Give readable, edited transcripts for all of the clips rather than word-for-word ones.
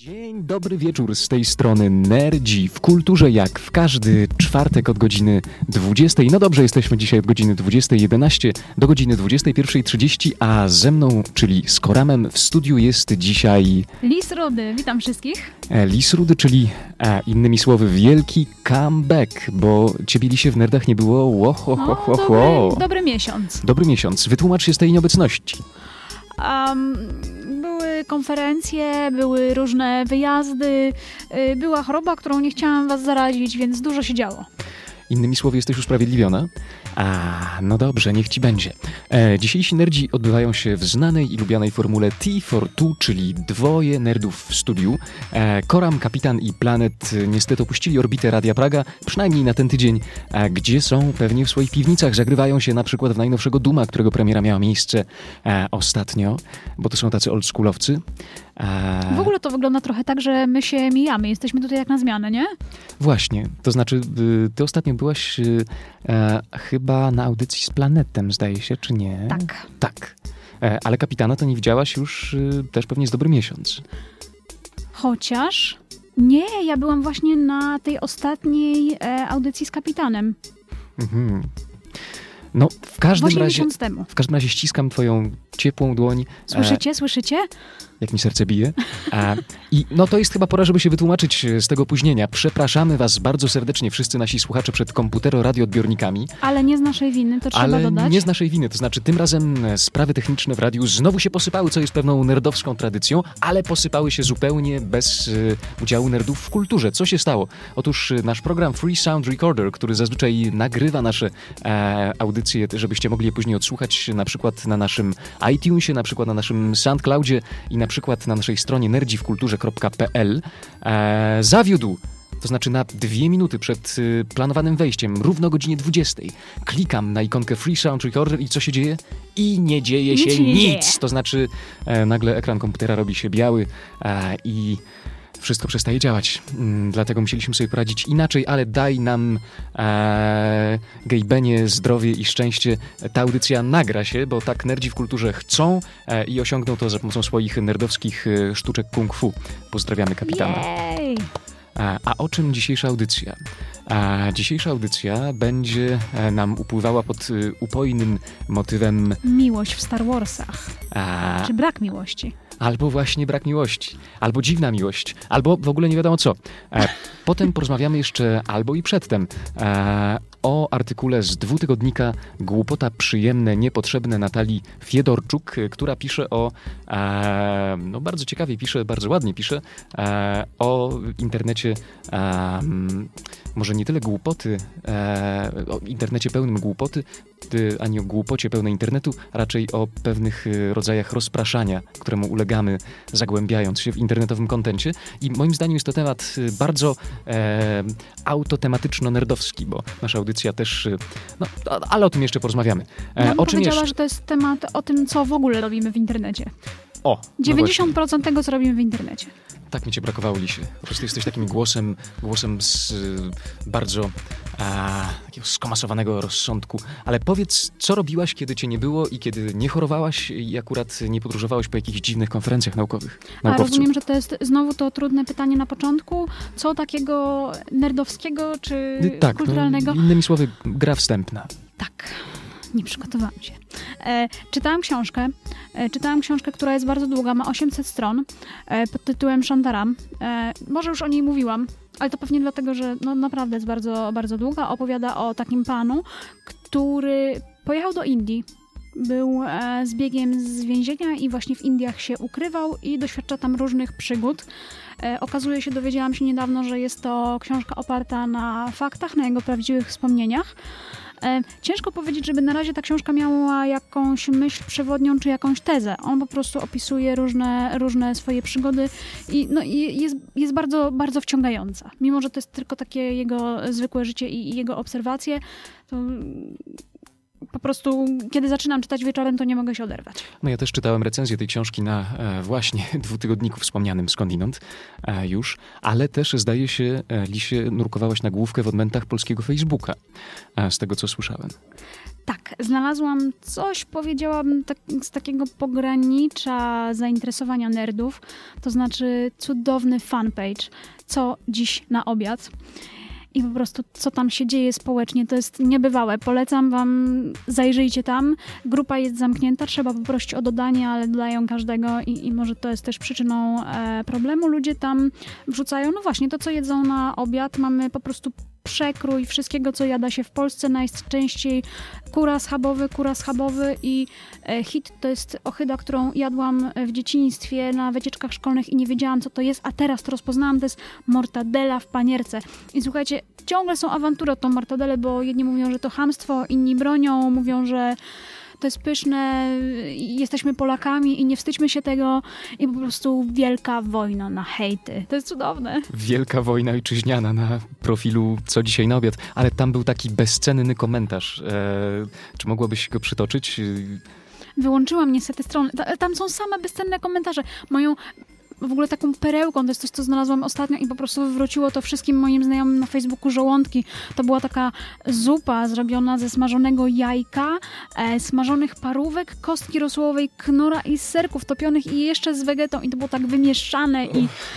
Dzień dobry wieczór, z tej strony Nerdzi w kulturze, jak w każdy czwartek od godziny 20. No dobrze, jesteśmy dzisiaj od godziny 20:11 do godziny 21:30, a ze mną, czyli z Koramem w studiu jest dzisiaj... Lis Rudy, witam wszystkich. Lis Rudy, czyli innymi słowy wielki comeback, bo ciebie Lisie w Nerdach nie było. Dobry miesiąc. Dobry miesiąc. Wytłumacz się z tej nieobecności. Były konferencje, były różne wyjazdy, była choroba, którą nie chciałam was zarazić, więc dużo się działo. Innymi słowy, jesteś usprawiedliwiona? No dobrze, niech ci będzie. Dzisiejsi nerdzi odbywają się w znanej i lubianej formule T for Two, czyli dwoje nerdów w studiu. Koram, Kapitan i Planet niestety opuścili orbitę Radia Praga, przynajmniej na ten tydzień, gdzie są pewnie w swoich piwnicach. Zagrywają się na przykład w najnowszego Duma, którego premiera miała miejsce ostatnio, bo to są tacy oldschoolowcy. W ogóle to wygląda trochę tak, że my się mijamy. Jesteśmy tutaj jak na zmianę, nie? Właśnie. To znaczy, ty ostatnio byłaś chyba na audycji z Planetem, zdaje się, czy nie? Tak. Tak. Ale Kapitana to nie widziałaś już też pewnie z dobry miesiąc. Chociaż... Nie, ja byłam właśnie na tej ostatniej audycji z Kapitanem. Mhm. No, w każdym razie ściskam twoją ciepłą dłoń. Słyszycie? Jak mi serce bije. I no to jest chyba pora, żeby się wytłumaczyć z tego opóźnienia. Przepraszamy was bardzo serdecznie, wszyscy nasi słuchacze, przed komputero-radioodbiornikami. Ale nie z naszej winy, to trzeba dodać. Ale nie z naszej winy, to znaczy tym razem sprawy techniczne w radiu znowu się posypały, co jest pewną nerdowską tradycją, ale posypały się zupełnie bez udziału nerdów w kulturze. Co się stało? Otóż nasz program Free Sound Recorder, który zazwyczaj nagrywa nasze audycje, żebyście mogli je później odsłuchać na przykład na naszym iTunesie, na przykład na naszym SoundCloudzie i na przykład na naszej stronie nerdziwkulturze.pl zawiódł. To znaczy na 2 minuty przed planowanym wejściem, równo o godzinie 20. Klikam na ikonkę Free Sound Recorder i co się dzieje? I nie dzieje się nic. To znaczy nagle ekran komputera robi się biały i wszystko przestaje działać. Dlatego musieliśmy sobie poradzić inaczej, ale daj nam gejbenie, zdrowie i szczęście. Ta audycja nagra się, bo tak nerdzi w kulturze chcą i osiągną to za pomocą swoich nerdowskich sztuczek kung fu. Pozdrawiamy Kapitana. Jej! A o czym dzisiejsza audycja? Dzisiejsza audycja będzie nam upływała pod upojnym motywem... Miłość w Star Warsach. Czy brak miłości? Albo właśnie brak miłości, albo dziwna miłość, albo w ogóle nie wiadomo co. Potem porozmawiamy jeszcze, albo i przedtem, o artykule z 2 tygodnika Głupota przyjemne, niepotrzebne Natalii Fiedorczuk, która pisze o, no bardzo ciekawie pisze, bardzo ładnie pisze, o internecie, może nie tyle głupoty, o internecie pełnym głupoty, ani o głupocie pełnej internetu, raczej o pewnych rodzajach rozpraszania, któremu ulegamy, zagłębiając się w internetowym kontencie. I moim zdaniem jest to temat bardzo autotematyczno-nerdowski, bo nasza audycja też, no, ale o tym jeszcze porozmawiamy. Ja bym powiedziała, że to jest temat o tym, co w ogóle robimy w internecie. 90% tego, co robimy w internecie. Tak mi cię brakowało, Lisie. Po prostu jesteś takim głosem z bardzo takiego skomasowanego rozsądku. Ale powiedz, co robiłaś, kiedy cię nie było i kiedy nie chorowałaś i akurat nie podróżowałaś po jakichś dziwnych konferencjach naukowych? A rozumiem, że to jest znowu to trudne pytanie na początku. Co takiego nerdowskiego czy kulturalnego? No, innymi słowy, gra wstępna. Tak. Nie przygotowałam się. Czytałam książkę, która jest bardzo długa, ma 800 stron, pod tytułem Shantaram. Może już o niej mówiłam, ale to pewnie dlatego, że no, naprawdę jest bardzo, bardzo długa. Opowiada o takim panu, który pojechał do Indii. Był zbiegiem z więzienia i właśnie w Indiach się ukrywał i doświadcza tam różnych przygód. Okazuje się, dowiedziałam się niedawno, że jest to książka oparta na faktach, na jego prawdziwych wspomnieniach. Ciężko powiedzieć, żeby na razie ta książka miała jakąś myśl przewodnią czy jakąś tezę. On po prostu opisuje różne swoje przygody i jest bardzo, bardzo wciągająca. Mimo że to jest tylko takie jego zwykłe życie i jego obserwacje, to po prostu, kiedy zaczynam czytać wieczorem, to nie mogę się oderwać. No ja też czytałem recenzję tej książki na właśnie dwutygodniku wspomnianym skądinąd już, ale też zdaje się, Lisie, nurkowałaś nagłówkę w odmętach polskiego Facebooka, z tego co słyszałem. Tak, znalazłam coś, powiedziałam, z takiego pogranicza zainteresowania nerdów, to znaczy cudowny fanpage, co dziś na obiad. I po prostu, co tam się dzieje społecznie, to jest niebywałe. Polecam wam, zajrzyjcie tam. Grupa jest zamknięta, trzeba poprosić o dodanie, ale dodają każdego i może to jest też przyczyną problemu. Ludzie tam wrzucają, no właśnie, to co jedzą na obiad. Mamy po prostu przekrój wszystkiego, co jada się w Polsce. Najczęściej kura schabowy i hit to jest ohyda, którą jadłam w dzieciństwie na wycieczkach szkolnych i nie wiedziałam, co to jest, a teraz to rozpoznałam, to jest mortadela w panierce. I słuchajcie, ciągle są awantury o tą mortadelę, bo jedni mówią, że to chamstwo, inni bronią, mówią, że to jest pyszne, jesteśmy Polakami i nie wstydźmy się tego i po prostu wielka wojna na hejty. To jest cudowne. Wielka wojna ojczyźniana na profilu Co dzisiaj na obiad, ale tam był taki bezcenny komentarz. Czy mogłabyś go przytoczyć? Wyłączyłam niestety stronę. Tam są same bezcenne komentarze. Moją w ogóle taką perełką, to jest coś, co znalazłam ostatnio i po prostu wywróciło to wszystkim moim znajomym na Facebooku żołądki. To była taka zupa zrobiona ze smażonego jajka, smażonych parówek, kostki rosółowej, knora i serków topionych i jeszcze z wegetą i to było tak wymieszane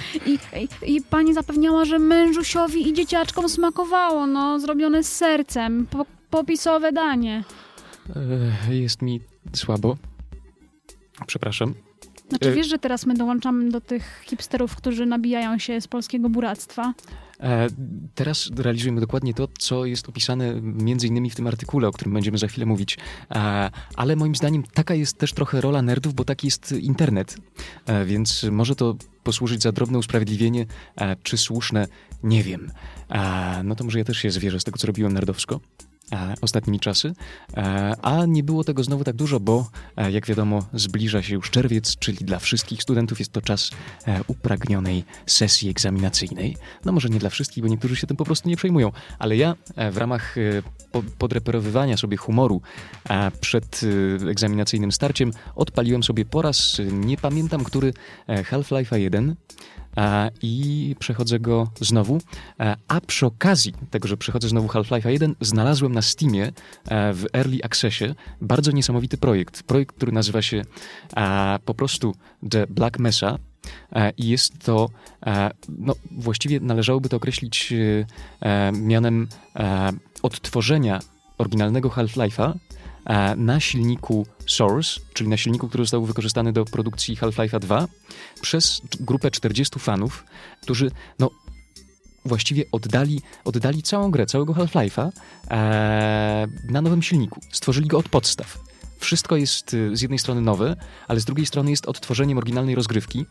i pani zapewniała, że mężusiowi i dzieciaczkom smakowało, no, zrobione z sercem, popisowe danie. Jest mi słabo. Przepraszam. Znaczy wiesz, że teraz my dołączamy do tych hipsterów, którzy nabijają się z polskiego buractwa? Teraz realizujemy dokładnie to, co jest opisane między innymi w tym artykule, o którym będziemy za chwilę mówić. Ale moim zdaniem taka jest też trochę rola nerdów, bo taki jest internet. Więc może to posłużyć za drobne usprawiedliwienie, czy słuszne, nie wiem. No to może ja też się zwierzę z tego, co robiłem nerdowsko ostatnimi czasy, a nie było tego znowu tak dużo, bo jak wiadomo zbliża się już czerwiec, czyli dla wszystkich studentów jest to czas upragnionej sesji egzaminacyjnej. No może nie dla wszystkich, bo niektórzy się tym po prostu nie przejmują, ale ja w ramach podreperowywania sobie humoru przed egzaminacyjnym starciem odpaliłem sobie po raz, nie pamiętam który, Half-Life'a 1 i przechodzę go znowu, a przy okazji tego, że przechodzę znowu Half-Life'a 1, znalazłem na Steamie w Early Accessie bardzo niesamowity projekt, który nazywa się po prostu The Black Mesa i jest to, no właściwie należałoby to określić mianem odtworzenia oryginalnego Half-Life'a na silniku Source, czyli na silniku, który został wykorzystany do produkcji Half-Life'a 2 przez grupę 40 fanów, którzy no właściwie oddali całą grę, całego Half-Life'a na nowym silniku. Stworzyli go od podstaw. Wszystko jest z jednej strony nowe, ale z drugiej strony jest odtworzeniem oryginalnej rozgrywki,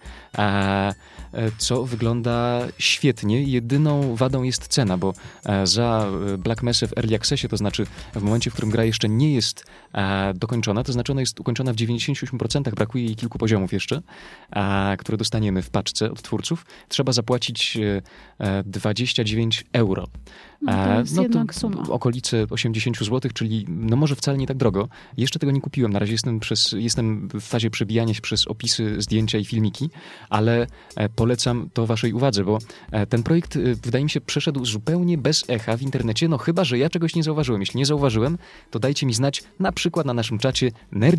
co wygląda świetnie. Jedyną wadą jest cena, bo za Black Mesa w Early Accessie, to znaczy w momencie, w którym gra jeszcze nie jest dokończona, to znaczy ona jest ukończona w 98%, brakuje jej kilku poziomów jeszcze, które dostaniemy w paczce od twórców, trzeba zapłacić 29 €. No to jest jednak suma. Okolice 80 zł, czyli no może wcale nie tak drogo. Jeszcze tego nie kupiłem. Na razie jestem w fazie przebijania się przez opisy, zdjęcia i filmiki, ale polecam to waszej uwadze, bo ten projekt wydaje mi się przeszedł zupełnie bez echa w internecie, no chyba, że ja czegoś nie zauważyłem. Jeśli nie zauważyłem, to dajcie mi znać na przykład na naszym czacie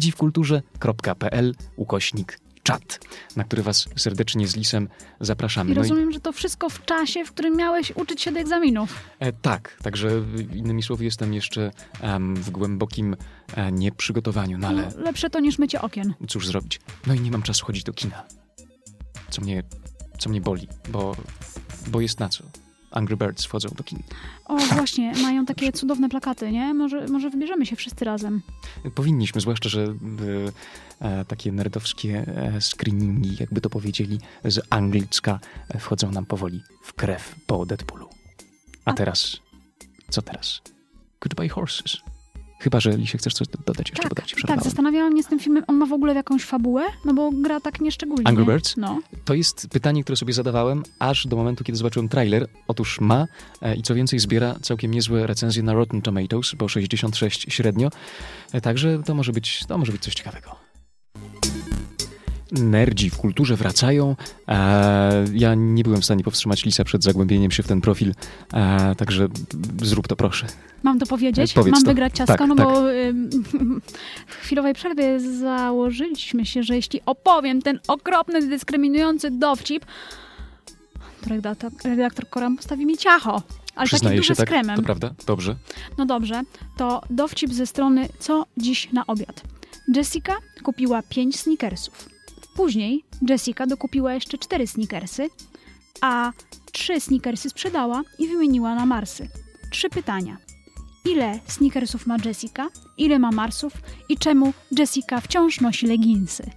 nerdziwkulturze.pl/czat, na który was serdecznie z Lisem zapraszamy. I rozumiem, że to wszystko w czasie, w którym miałeś uczyć się do egzaminów. Tak, także innymi słowy jestem jeszcze w głębokim nieprzygotowaniu, no ale... No, lepsze to niż mycie okien. Cóż zrobić? No i nie mam czasu chodzić do kina. Co mnie boli, bo jest na co. Angry Birds wchodzą do kin. O, właśnie, mają takie cudowne plakaty, nie? Może wybierzemy się wszyscy razem. Powinniśmy, zwłaszcza, że takie nerdowskie screeningi, jakby to powiedzieli, z anglicka wchodzą nam powoli w krew po Deadpoolu. A teraz? Co teraz? Goodbye Horses. Chyba że Lisie, chcesz coś dodać jeszcze? Tak, zastanawiałam mnie z tym filmem, on ma w ogóle jakąś fabułę? No bo gra tak nieszczególnie. Angry Birds? No. To jest pytanie, które sobie zadawałem aż do momentu, kiedy zobaczyłem trailer. Otóż ma i co więcej zbiera całkiem niezłe recenzje na Rotten Tomatoes, bo 66 średnio. Także to może być coś ciekawego. Nerdzi w kulturze wracają. Ja nie byłem w stanie powstrzymać Lisa przed zagłębieniem się w ten profil, także zrób to proszę. Mam to powiedzieć? Powiedz Mam to. wygrać ciastko? Tak, no tak. bo w chwilowej przerwie założyliśmy się, że jeśli opowiem ten okropny, dyskryminujący dowcip, to redaktor Koran postawi mi ciacho. Ale Przyznaję takie duże się, z kremem. To prawda? Dobrze. No dobrze, to dowcip ze strony co dziś na obiad. Jessica kupiła 5 Snickersów. Później Jessica dokupiła jeszcze 4 Snickersy, a 3 Snickersy sprzedała i wymieniła na Marsy. 3 pytania. Ile Snickersów ma Jessica? Ile ma Marsów? I czemu Jessica wciąż nosi leginsy?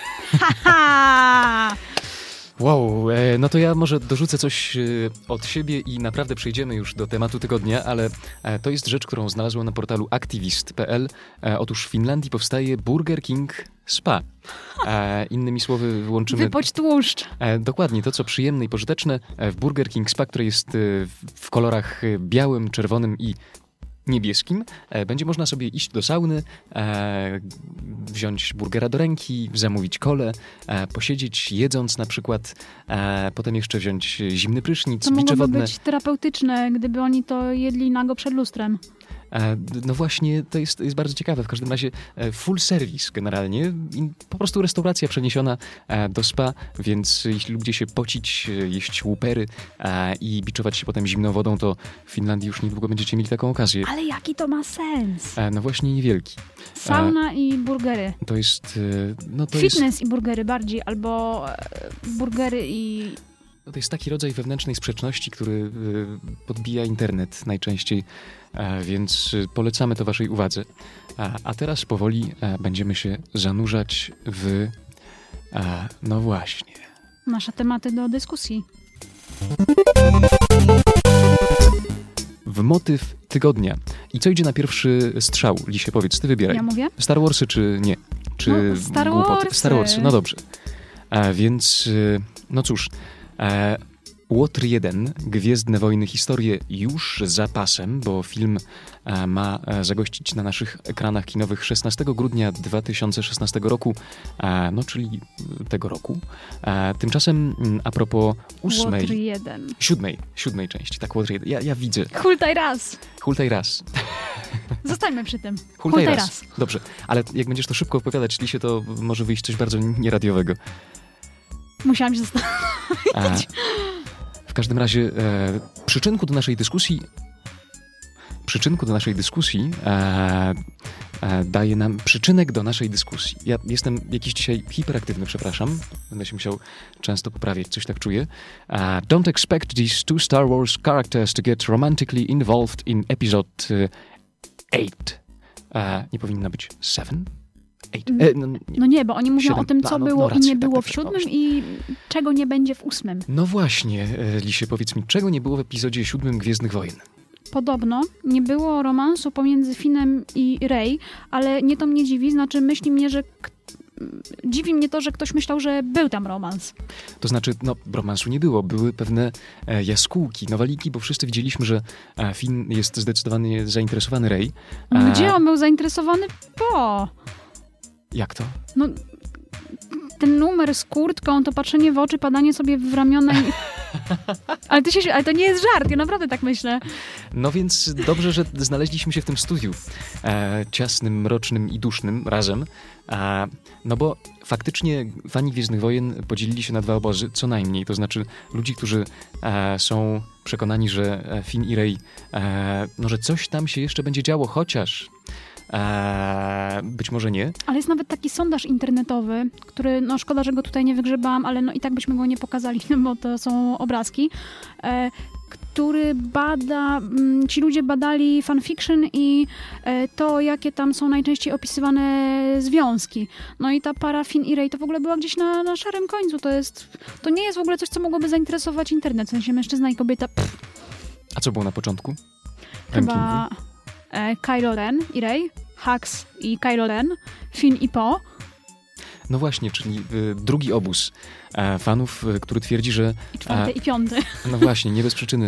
Ha! Wow, no to ja może dorzucę coś od siebie i naprawdę przejdziemy już do tematu tygodnia, ale to jest rzecz, którą znalazłem na portalu activist.pl. Otóż w Finlandii powstaje Burger King Spa. Innymi słowy łączymy... Wypoć tłuszcz. Dokładnie, to co przyjemne i pożyteczne w Burger King Spa, które jest w kolorach białym, czerwonym i niebieskim. Będzie można sobie iść do sauny, wziąć burgera do ręki, zamówić kolę, posiedzieć jedząc na przykład, potem jeszcze wziąć zimny prysznic, To bicze mogłoby wodne. być terapeutyczne, gdyby oni to jedli nago przed lustrem. No właśnie, to jest bardzo ciekawe. W każdym razie full service generalnie. I po prostu restauracja przeniesiona do spa, więc jeśli lubicie się pocić, jeść łupery i biczować się potem zimną wodą, to w Finlandii już niedługo będziecie mieli taką okazję. Ale jaki to ma sens? No właśnie niewielki. Sauna i burgery. To jest... Fitness i burgery bardziej, albo burgery i... To jest taki rodzaj wewnętrznej sprzeczności, który podbija internet najczęściej, więc polecamy to waszej uwadze. A teraz powoli będziemy się zanurzać w... No właśnie. Nasze tematy do dyskusji. W motyw tygodnia. I co idzie na pierwszy strzał? Lisie, powiedz, ty wybieraj. Ja mówię? Star Warsy czy nie? Czy No, Star głupoty? Warsy. Star Warsy, no dobrze. Więc, no cóż... Łotr 1, Gwiezdne Wojny, historie już za pasem, bo film ma zagościć na naszych ekranach kinowych 16 grudnia 2016 roku, no czyli tego roku. Tymczasem a propos Łotr 1. siódmej części, tak, Łotr 1. Ja widzę. Hultaj raz. Hultaj raz. Zostańmy przy tym. Hultaj raz. Dobrze, ale jak będziesz to szybko opowiadać, Lisie, to może wyjść coś bardzo nieradiowego. Musiałam się zastanowić. W każdym razie przyczynku do naszej dyskusji daje nam przyczynek do naszej dyskusji. Ja jestem jakiś dzisiaj hiperaktywny, przepraszam. Będę się musiał często poprawiać, coś tak czuję. Don't expect these two Star Wars characters to get romantically involved in episode 8. Nie powinno być 7? No nie, bo oni mówią 7. o tym, co było racja, i nie było tak, w 7 dobrze. i czego nie będzie w 8. No właśnie, Lisie, powiedz mi, czego nie było w epizodzie 7 Gwiezdnych Wojen? Podobno nie było romansu pomiędzy Finnem i Rey, ale nie to mnie dziwi, znaczy dziwi mnie to, że ktoś myślał, że był tam romans. To znaczy, romansu nie było. Były pewne jaskółki, nowaliki, bo wszyscy widzieliśmy, że Finn jest zdecydowanie zainteresowany Rey. Gdzie on był zainteresowany? Jak to? No, ten numer z kurtką, to patrzenie w oczy, padanie sobie w ramiona i... Ale to nie jest żart, ja naprawdę tak myślę. No więc dobrze, że znaleźliśmy się w tym studiu ciasnym, mrocznym i dusznym razem. No bo faktycznie fani Gwiezdnych Wojen podzielili się na dwa obozy, co najmniej. To znaczy ludzi, którzy są przekonani, że Finn i Rey, że coś tam się jeszcze będzie działo, chociaż... być może nie. Ale jest nawet taki sondaż internetowy, który, szkoda, że go tutaj nie wygrzebałam, ale i tak byśmy go nie pokazali, bo to są obrazki, który bada, ci ludzie badali fanfiction i to, jakie tam są najczęściej opisywane związki. No i ta para Finn i Rey to w ogóle była gdzieś na szarym końcu. To nie jest w ogóle coś, co mogłoby zainteresować internet, w sensie mężczyzna i kobieta. A co było na początku? Chyba... Kylo Ren i Rey, Hux i Kylo Ren, Finn i Poe. No właśnie, czyli drugi obóz fanów, który twierdzi, że... I czwarty i piąty. No właśnie, nie bez przyczyny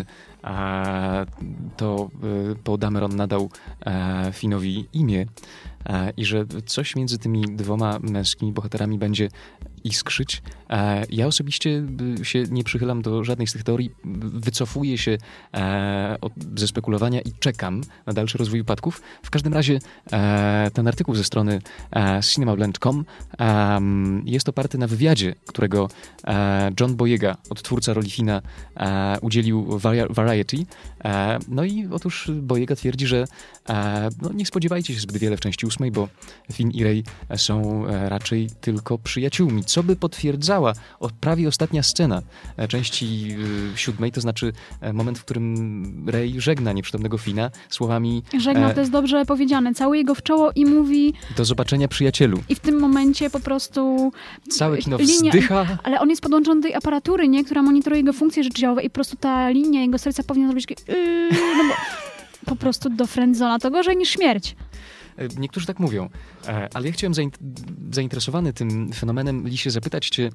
to Poe Dameron nadał Finnowi imię i że coś między tymi dwoma męskimi bohaterami będzie iskrzyć. Ja osobiście się nie przychylam do żadnej z tych teorii, wycofuję się ze spekulowania i czekam na dalszy rozwój wypadków. W każdym razie ten artykuł ze strony cinemablend.com jest oparty na wywiadzie, którego John Boyega, odtwórca roli Finna, udzielił Variety. No i otóż Boyega twierdzi, że nie spodziewajcie się zbyt wiele w części 8, bo Finn i Rey są raczej tylko przyjaciółmi, co by potwierdzała prawie ostatnia scena części 7, to znaczy moment, w którym Rey żegna nieprzytomnego Finna słowami... Żegna, to jest dobrze powiedziane. Całuje go w czoło i mówi... Do zobaczenia, przyjacielu. I w tym momencie po prostu... Całe kino wzdycha. Ale on jest podłączony do tej aparatury, nie? Która monitoruje jego funkcje życiowe i po prostu ta linia jego serca powinna zrobić takie... no bo po prostu do friendzona to gorzej niż śmierć. Niektórzy tak mówią, ale ja chciałem zainteresowany tym fenomenem Lisie zapytać cię,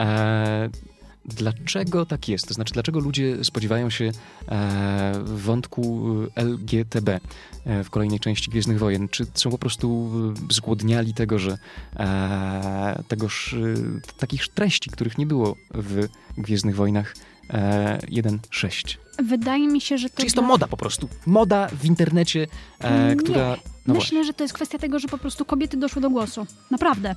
dlaczego tak jest? To znaczy, dlaczego ludzie spodziewają się wątku LGTB w kolejnej części Gwiezdnych Wojen? Czy są po prostu zgłodniali tego, że takich treści, których nie było w Gwiezdnych Wojnach 1.6? Wydaje mi się, że to... Czy jest to moda po prostu? Moda w internecie, która... No myślę, że to jest kwestia tego, że po prostu kobiety doszły do głosu. Naprawdę.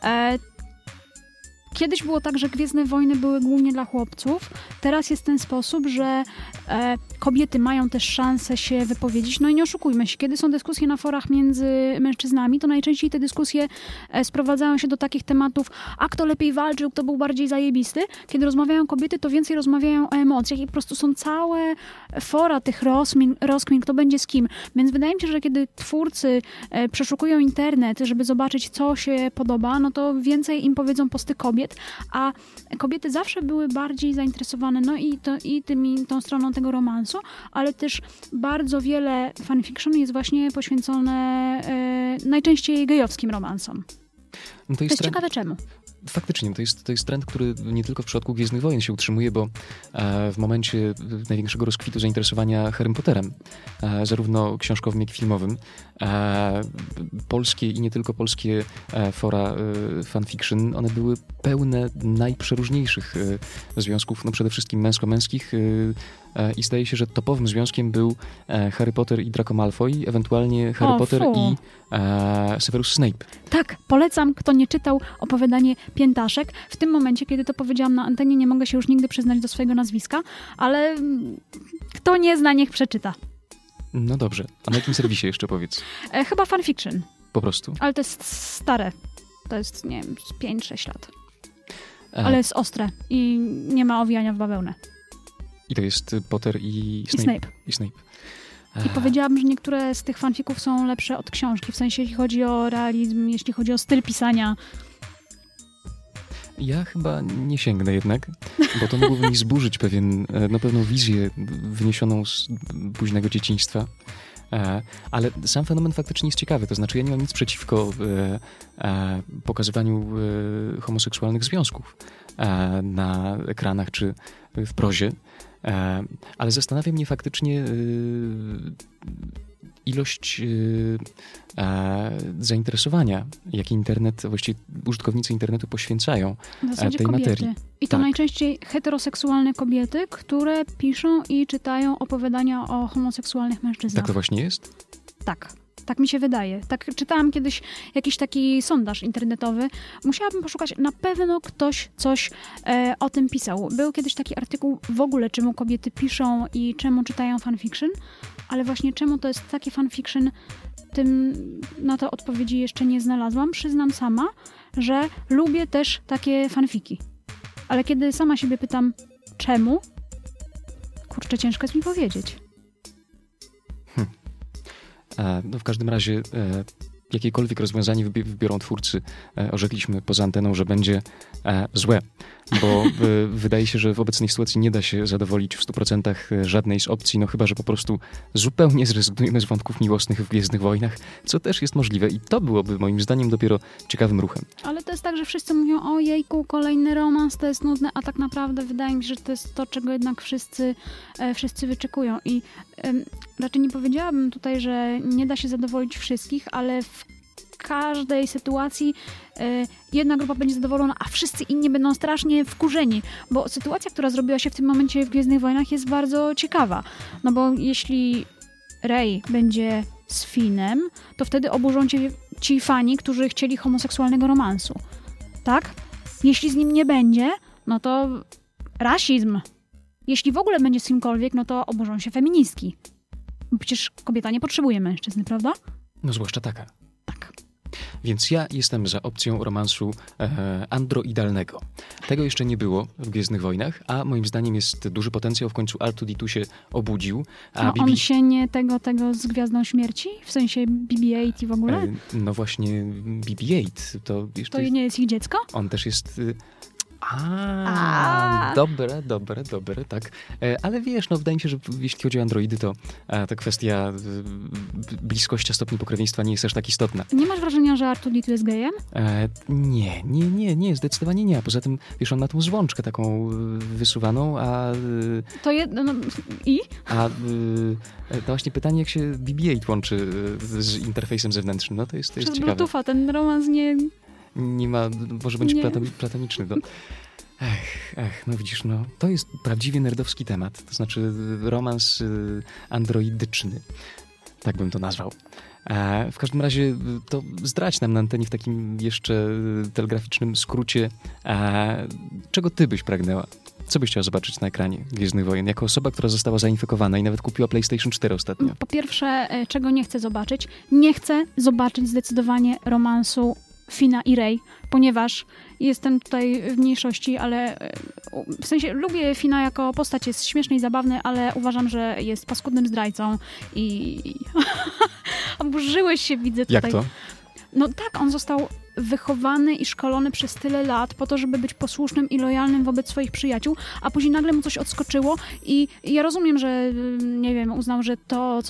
Kiedyś było tak, że Gwiezdne Wojny były głównie dla chłopców. Teraz jest ten sposób, że kobiety mają też szansę się wypowiedzieć. No i nie oszukujmy się, kiedy są dyskusje na forach między mężczyznami, to najczęściej te dyskusje sprowadzają się do takich tematów, a kto lepiej walczył, kto był bardziej zajebisty. Kiedy rozmawiają kobiety, to więcej rozmawiają o emocjach i po prostu są całe fora tych rozkmin, kto będzie z kim. Więc wydaje mi się, że kiedy twórcy przeszukują internet, żeby zobaczyć, co się podoba, no to więcej im powiedzą posty kobiet, a kobiety zawsze były bardziej zainteresowane, no i tą stroną tego romansu, ale też bardzo wiele fanfiction jest właśnie poświęcone najczęściej gejowskim romansom. No to jest ciekawe czemu. Faktycznie, to jest trend, który nie tylko w przypadku Gwiezdnych Wojen się utrzymuje, bo w momencie największego rozkwitu zainteresowania Harrym Potterem, zarówno książkowym, jak i filmowym, polskie i nie tylko polskie fora fanfiction, one były pełne najprzeróżniejszych związków, no przede wszystkim męsko-męskich, i zdaje się, że topowym związkiem był Harry Potter i Draco Malfoy, ewentualnie Harry Potter i Severus Snape. Tak, polecam, kto nie czytał opowiadanie Piętaszek. W tym momencie, kiedy to powiedziałam na antenie, nie mogę się już nigdy przyznać do swojego nazwiska, ale kto nie zna, niech przeczyta. No dobrze, a na jakim serwisie jeszcze powiedz? Chyba fanfiction. Po prostu. Ale to jest stare. To jest, nie wiem, 5-6 lat. Ale jest ostre i nie ma owijania w bawełnę. I to jest Potter i Snape. I powiedziałabym, że niektóre z tych fanfików są lepsze od książki, w sensie jeśli chodzi o realizm, jeśli chodzi o styl pisania. Ja chyba nie sięgnę jednak, bo to mogłoby mi zburzyć pewną wizję wyniesioną z późnego dzieciństwa. Ale sam fenomen faktycznie jest ciekawy, to znaczy ja nie mam nic przeciwko pokazywaniu homoseksualnych związków na ekranach czy w prozie, ale zastanawia mnie faktycznie ilość zainteresowania, jakie właściwie użytkownicy internetu poświęcają tej materii. I to najczęściej heteroseksualne kobiety, które piszą i czytają opowiadania o homoseksualnych mężczyznach. Tak to właśnie jest? Tak mi się wydaje. Tak czytałam kiedyś jakiś taki sondaż internetowy. Musiałabym poszukać. Na pewno ktoś coś o tym pisał. Był kiedyś taki artykuł w ogóle, czemu kobiety piszą i czemu czytają fanfiction, ale właśnie czemu to jest takie fanfiction, na to odpowiedzi jeszcze nie znalazłam. Przyznam sama, że lubię też takie fanfiki. Ale kiedy sama siebie pytam, czemu? Kurczę, ciężko jest mi powiedzieć. No w każdym razie jakiekolwiek rozwiązanie wybiorą twórcy, orzekliśmy poza anteną, że będzie złe. Bo wydaje się, że w obecnej sytuacji nie da się zadowolić w 100% żadnej z opcji, no chyba, że po prostu zupełnie zrezygnujemy z wątków miłosnych w Gwiezdnych Wojnach, co też jest możliwe i to byłoby moim zdaniem dopiero ciekawym ruchem. Ale to jest tak, że wszyscy mówią, o jejku, kolejny romans, to jest nudne, a tak naprawdę wydaje mi się, że to jest to, czego jednak wszyscy wyczekują. I raczej nie powiedziałabym tutaj, że nie da się zadowolić wszystkich, ale w każdej sytuacji jedna grupa będzie zadowolona, a wszyscy inni będą strasznie wkurzeni, bo sytuacja, która zrobiła się w tym momencie w Gwiezdnych Wojnach jest bardzo ciekawa, no bo jeśli Rey będzie z Finnem, to wtedy oburzą cię ci fani, którzy chcieli homoseksualnego romansu, tak? Jeśli z nim nie będzie, no to rasizm. Jeśli w ogóle będzie z kimkolwiek, no to oburzą się feministki. Bo przecież kobieta nie potrzebuje mężczyzny, prawda? No zwłaszcza taka. Tak. Więc ja jestem za opcją romansu androidalnego. Tego jeszcze nie było w Gwiezdnych Wojnach, a moim zdaniem jest duży potencjał. W końcu R2D2 się obudził. A on się nie tego z Gwiazdą Śmierci? W sensie BB-8 i w ogóle? No właśnie BB-8. To nie jest ich dziecko? On też jest... Dobre, tak. Ale wiesz, no wydaje mi się, że jeśli chodzi o androidy, to ta kwestia bliskości stopni pokrewieństwa nie jest aż tak istotna. Nie masz wrażenia, że R2D2 jest gejem? Nie, zdecydowanie nie. A poza tym, wiesz, on ma tą złączkę taką wysuwaną, a... To i? To właśnie pytanie, jak się BB-8 łączy z interfejsem zewnętrznym, no to jest Przez ciekawe. Bluetootha ten romans nie ma, może być platoniczny. No. No widzisz, no to jest prawdziwie nerdowski temat. To znaczy romans androidyczny. Tak bym to nazwał. W każdym razie to zdradź nam na antenie w takim jeszcze telegraficznym skrócie, czego ty byś pragnęła? Co byś chciała zobaczyć na ekranie Gwiezdnych Wojen? Jako osoba, która została zainfekowana i nawet kupiła PlayStation 4 ostatnio. Po pierwsze, czego nie chcę zobaczyć? Nie chcę zobaczyć zdecydowanie romansu Fina i Rey, ponieważ jestem tutaj w mniejszości, ale w sensie lubię Fina jako postać, jest śmieszny i zabawny, ale uważam, że jest paskudnym zdrajcą i oburzyłeś się, widzę tutaj. Jak to? No tak, on został wychowany i szkolony przez tyle lat po to, żeby być posłusznym i lojalnym wobec swoich przyjaciół, a później nagle mu coś odskoczyło i ja rozumiem, że nie wiem, uznał, że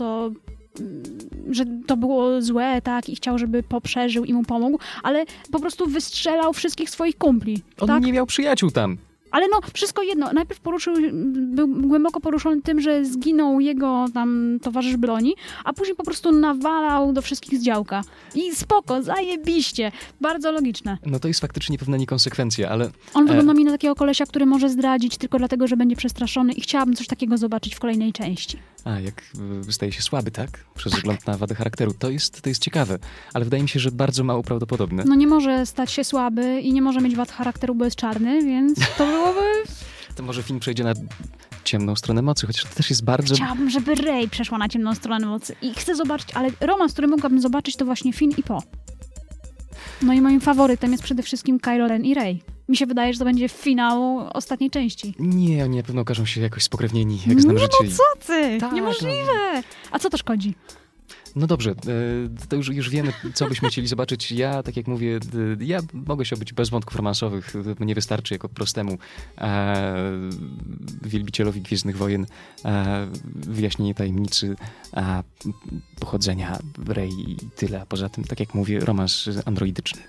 to było złe, tak, i chciał, żeby przeżył i mu pomógł, ale po prostu wystrzelał wszystkich swoich kumpli. On tak? nie miał przyjaciół tam. Ale no, wszystko jedno. Najpierw był głęboko poruszony tym, że zginął jego tam towarzysz broni, a później po prostu nawalał do wszystkich z działka. I spoko, zajebiście. Bardzo logiczne. No to jest faktycznie pewna niekonsekwencja, ale... On wygląda mi na takiego kolesia, który może zdradzić tylko dlatego, że będzie przestraszony i chciałabym coś takiego zobaczyć w kolejnej części. Jak staje się słaby, tak? Przez wzgląd na wadę charakteru. To jest ciekawe, ale wydaje mi się, że bardzo mało prawdopodobne. No nie może stać się słaby i nie może mieć wad charakteru, bo jest czarny, więc to byłoby... To może film przejdzie na ciemną stronę mocy, chociaż to też jest bardzo... Chciałabym, żeby Rey przeszła na ciemną stronę mocy i chcę zobaczyć, ale romans, który mogłabym zobaczyć, to właśnie Finn i Poe. No i moim faworytem jest przede wszystkim Kylo Ren i Rey. Mi się wydaje, że to będzie finał ostatniej części. Nie, oni na pewno okażą się jakoś spokrewnieni, jak znam życie. No co ty? Tak, Niemożliwe! A co to szkodzi? No dobrze, to już wiemy, co byśmy chcieli zobaczyć. Ja, tak jak mówię, ja mogę się obyć bez wątków romansowych. Mnie wystarczy jako prostemu wielbicielowi Gwiezdnych Wojen wyjaśnienie tajemnicy pochodzenia Rey i tyle. Poza tym, tak jak mówię, romans androidyczny.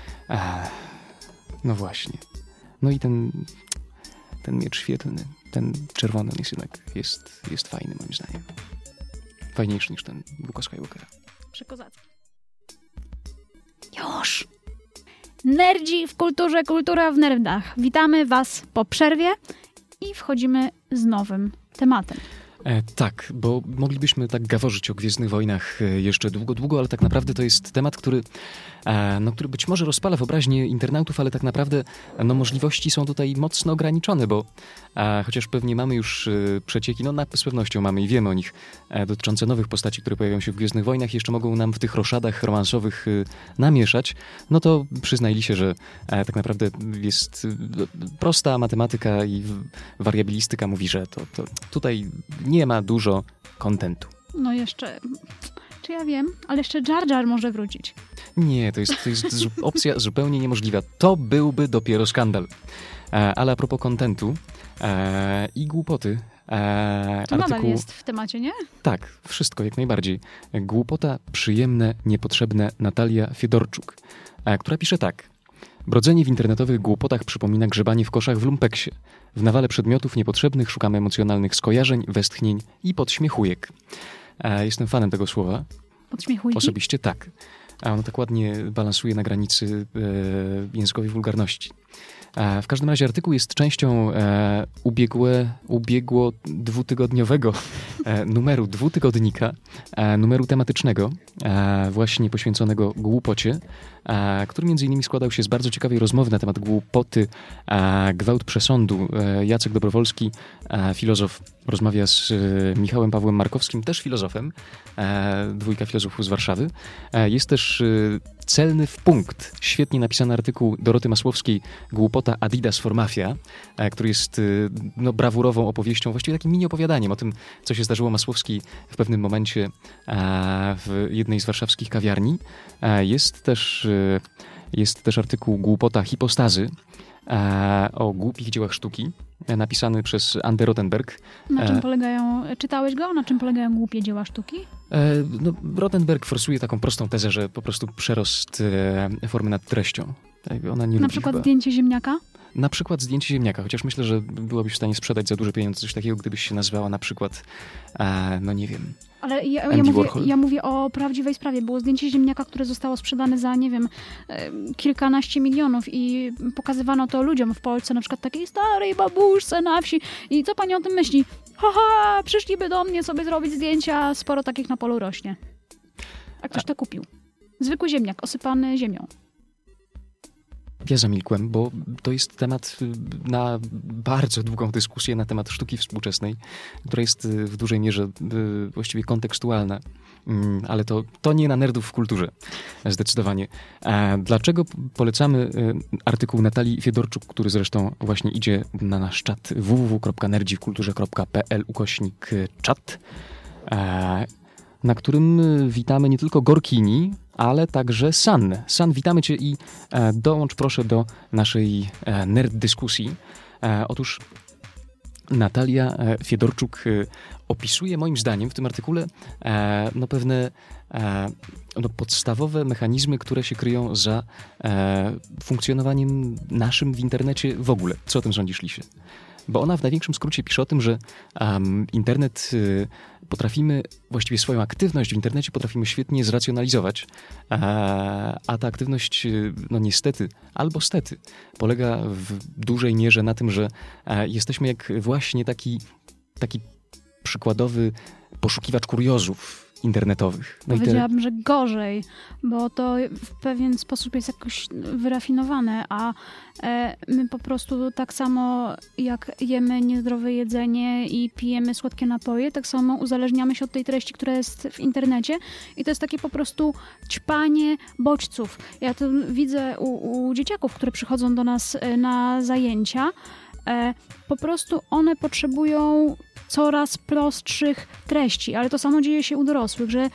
No właśnie. No i ten miecz świetlny, ten czerwony, on jest jednak jest fajny moim zdaniem. Fajniejszy niż ten Luka Skywalkera. Przekozacki. Już! Nerdzi w kulturze, kultura w nerdach. Witamy was po przerwie i wchodzimy z nowym tematem. Tak, bo moglibyśmy tak gaworzyć o Gwiezdnych Wojnach jeszcze długo, ale tak naprawdę to jest temat, który być może rozpala wyobraźnię internautów, ale tak naprawdę możliwości są tutaj mocno ograniczone, bo chociaż pewnie mamy już przecieki, z pewnością mamy i wiemy o nich, dotyczące nowych postaci, które pojawią się w Gwiezdnych Wojnach, jeszcze mogą nam w tych roszadach romansowych namieszać, no to przyznajli się, że tak naprawdę jest prosta matematyka i wariabilistyka mówi, że to tutaj nie ma dużo kontentu. No jeszcze... Czy ja wiem, ale jeszcze Jar Jar może wrócić. Nie, to jest opcja zupełnie niemożliwa. To byłby dopiero skandal. Ale a propos kontentu i głupoty. To nadal jest w temacie, nie? Tak, wszystko jak najbardziej. Głupota przyjemne, niepotrzebne Natalia Fiedorczuk, która pisze tak. Brodzenie w internetowych głupotach przypomina grzebanie w koszach w lumpeksie. W nawale przedmiotów niepotrzebnych szukamy emocjonalnych skojarzeń, westchnień i podśmiechujek. Jestem fanem tego słowa. Podśmiechujki? Osobiście tak. A ono tak ładnie balansuje na granicy językowej wulgarności. W każdym razie artykuł jest częścią ubiegło dwutygodniowego numeru dwutygodnika, numeru tematycznego, właśnie poświęconego głupocie, który między innymi składał się z bardzo ciekawej rozmowy na temat głupoty, gwałt przesądu. Jacek Dobrowolski, filozof, rozmawia z Michałem Pawłem Markowskim, też filozofem, dwójka filozofów z Warszawy. Jest też celny w punkt, świetnie napisany artykuł Doroty Masłowskiej Głupota Adidas for Mafia, który jest brawurową opowieścią, właściwie takim mini opowiadaniem o tym, co się zdarzyło Masłowskiej w pewnym momencie w jednej z warszawskich kawiarni. Jest też artykuł Głupota Hipostazy o głupich dziełach sztuki, napisany przez Andę Rothenberg. Na czym polegają, czytałeś go? Na czym polegają głupie dzieła sztuki? Rothenberg forsuje taką prostą tezę, że po prostu przerost formy nad treścią. Ona nie na przykład chyba zdjęcie ziemniaka? Na przykład zdjęcie ziemniaka, chociaż myślę, że byłabyś w stanie sprzedać za duże pieniądze coś takiego, gdybyś się nazywała na przykład, nie wiem, ale ja mówię o prawdziwej sprawie. Było zdjęcie ziemniaka, które zostało sprzedane za, nie wiem, kilkanaście milionów i pokazywano to ludziom w Polsce, na przykład takiej starej babuszce na wsi. I co pani o tym myśli? Haha, przyszliby do mnie sobie zrobić zdjęcia, sporo takich na polu rośnie. A ktoś to kupił. Zwykły ziemniak, osypany ziemią. Ja zamilkłem, bo to jest temat na bardzo długą dyskusję na temat sztuki współczesnej, która jest w dużej mierze właściwie kontekstualna. Ale to nie na nerdów w kulturze, zdecydowanie. Dlaczego polecamy artykuł Natalii Fiedorczuk, który zresztą właśnie idzie na nasz czat www.nerdziwkulturze.pl/czat, na którym witamy nie tylko Gorkini, ale także San. San, witamy cię i dołącz proszę do naszej nerd dyskusji. Otóż Natalia Fiedorczuk opisuje moim zdaniem w tym artykule pewne podstawowe mechanizmy, które się kryją za funkcjonowaniem naszym w internecie w ogóle. Co o tym sądzisz, Lisie? Bo ona w największym skrócie pisze o tym, że internet potrafimy, właściwie swoją aktywność w internecie potrafimy świetnie zracjonalizować, a ta aktywność, niestety, albo stety, polega w dużej mierze na tym, że jesteśmy jak właśnie taki przykładowy poszukiwacz kuriozów internetowych. Powiedziałabym, że gorzej, bo to w pewien sposób jest jakoś wyrafinowane, a my po prostu tak samo jak jemy niezdrowe jedzenie i pijemy słodkie napoje, tak samo uzależniamy się od tej treści, która jest w internecie i to jest takie po prostu ćpanie bodźców. Ja to widzę u dzieciaków, które przychodzą do nas na zajęcia. Po prostu one potrzebują coraz prostszych treści, ale to samo dzieje się u dorosłych, że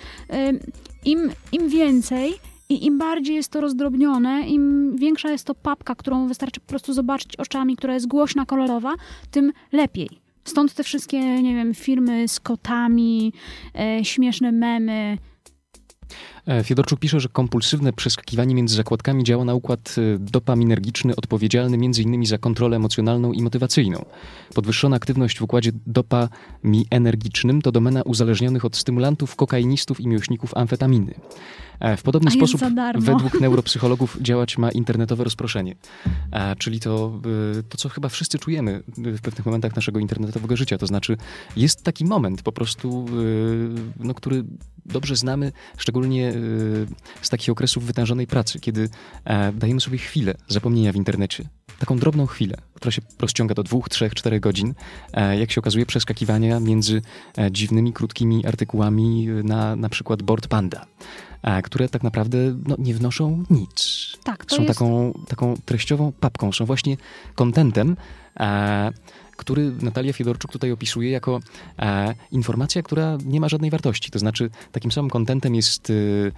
im więcej i im bardziej jest to rozdrobnione, im większa jest to papka, którą wystarczy po prostu zobaczyć oczami, która jest głośna, kolorowa, tym lepiej. Stąd te wszystkie, nie wiem, filmy z kotami, śmieszne memy. Fiedorczuk pisze, że kompulsywne przeskakiwanie między zakładkami działa na układ dopaminergiczny odpowiedzialny m.in. za kontrolę emocjonalną i motywacyjną. Podwyższona aktywność w układzie dopaminergicznym to domena uzależnionych od stymulantów, kokainistów i miłośników amfetaminy. W podobny sposób według neuropsychologów działać ma internetowe rozproszenie. Czyli to, co chyba wszyscy czujemy w pewnych momentach naszego internetowego życia. To znaczy jest taki moment po prostu, który dobrze znamy, szczególnie z takich okresów wytężonej pracy, kiedy dajemy sobie chwilę zapomnienia w internecie. Taką drobną chwilę, która się rozciąga do 2, 3, 4 godzin, jak się okazuje, przeskakiwania między dziwnymi, krótkimi artykułami na przykład Board Panda, które tak naprawdę nie wnoszą nic. Tak, to są jest... taką treściową papką, są właśnie contentem, który Natalia Fiedorczuk tutaj opisuje jako informacja, która nie ma żadnej wartości. To znaczy takim samym kontentem jest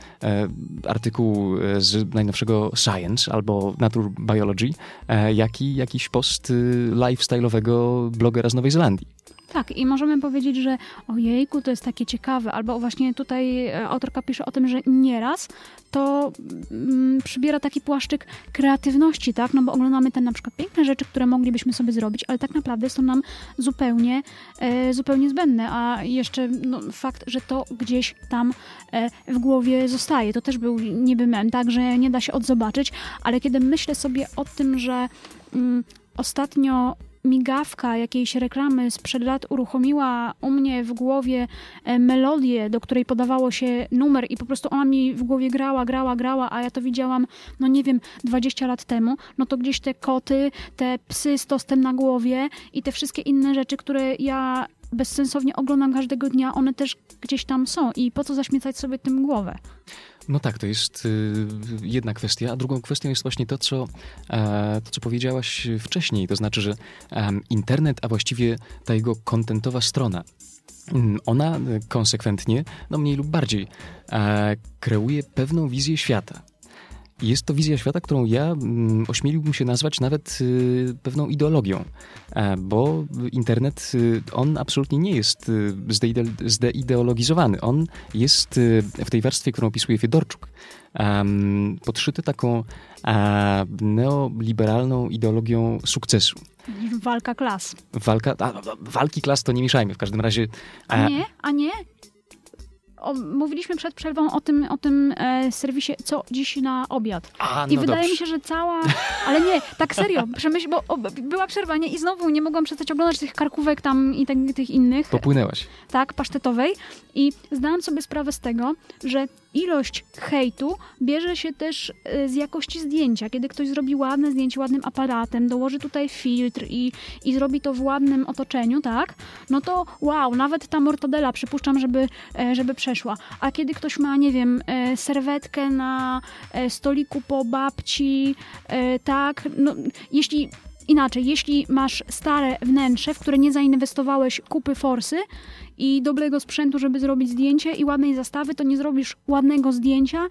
artykuł z najnowszego Science albo Nature Biology, jak i jakiś post lifestyle'owego blogera z Nowej Zelandii. Tak, i możemy powiedzieć, że ojejku, to jest takie ciekawe, albo właśnie tutaj autorka pisze o tym, że nieraz to przybiera taki płaszczyk kreatywności, tak? No bo oglądamy te na przykład piękne rzeczy, które moglibyśmy sobie zrobić, ale tak naprawdę są nam zupełnie zbędne, a jeszcze fakt, że to gdzieś tam w głowie zostaje. To też był niby mem, tak? Że nie da się odzobaczyć, ale kiedy myślę sobie o tym, że ostatnio migawka jakiejś reklamy sprzed lat uruchomiła u mnie w głowie melodię, do której podawało się numer i po prostu ona mi w głowie grała, a ja to widziałam, 20 lat temu, no to gdzieś te koty, te psy z tostem na głowie i te wszystkie inne rzeczy, które ja bezsensownie oglądam każdego dnia, one też gdzieś tam są i po co zaśmiecać sobie tym głowę? No tak, to jest jedna kwestia, a drugą kwestią jest właśnie to, co powiedziałaś wcześniej, to znaczy, że internet, a właściwie ta jego kontentowa strona, ona konsekwentnie, mniej lub bardziej, kreuje pewną wizję świata. Jest to wizja świata, którą ja ośmieliłbym się nazwać nawet pewną ideologią, bo internet, on absolutnie nie jest zdeideologizowany. On jest w tej warstwie, którą opisuje Fiedorczuk, podszyty taką neoliberalną ideologią sukcesu. Walka klas. Walki klas to nie mieszajmy, w każdym razie... A nie? Mówiliśmy przed przerwą o tym serwisie, co dziś na obiad. I wydaje mi się, że ale nie, tak serio, bo była przerwa, nie? I znowu nie mogłam przestać oglądać tych karkówek tam i tych innych. Popłynęłaś. Tak, pasztetowej. I zdałam sobie sprawę z tego, że ilość hejtu bierze się też z jakości zdjęcia. Kiedy ktoś zrobi ładne zdjęcie ładnym aparatem, dołoży tutaj filtr i zrobi to w ładnym otoczeniu, tak? No to wow, nawet ta mortadela przypuszczam, żeby przeszła. A kiedy ktoś ma, nie wiem, serwetkę na stoliku po babci, tak? No, jeśli masz stare wnętrze, w które nie zainwestowałeś kupy forsy i dobrego sprzętu, żeby zrobić zdjęcie i ładnej zastawy, to nie zrobisz ładnego zdjęcia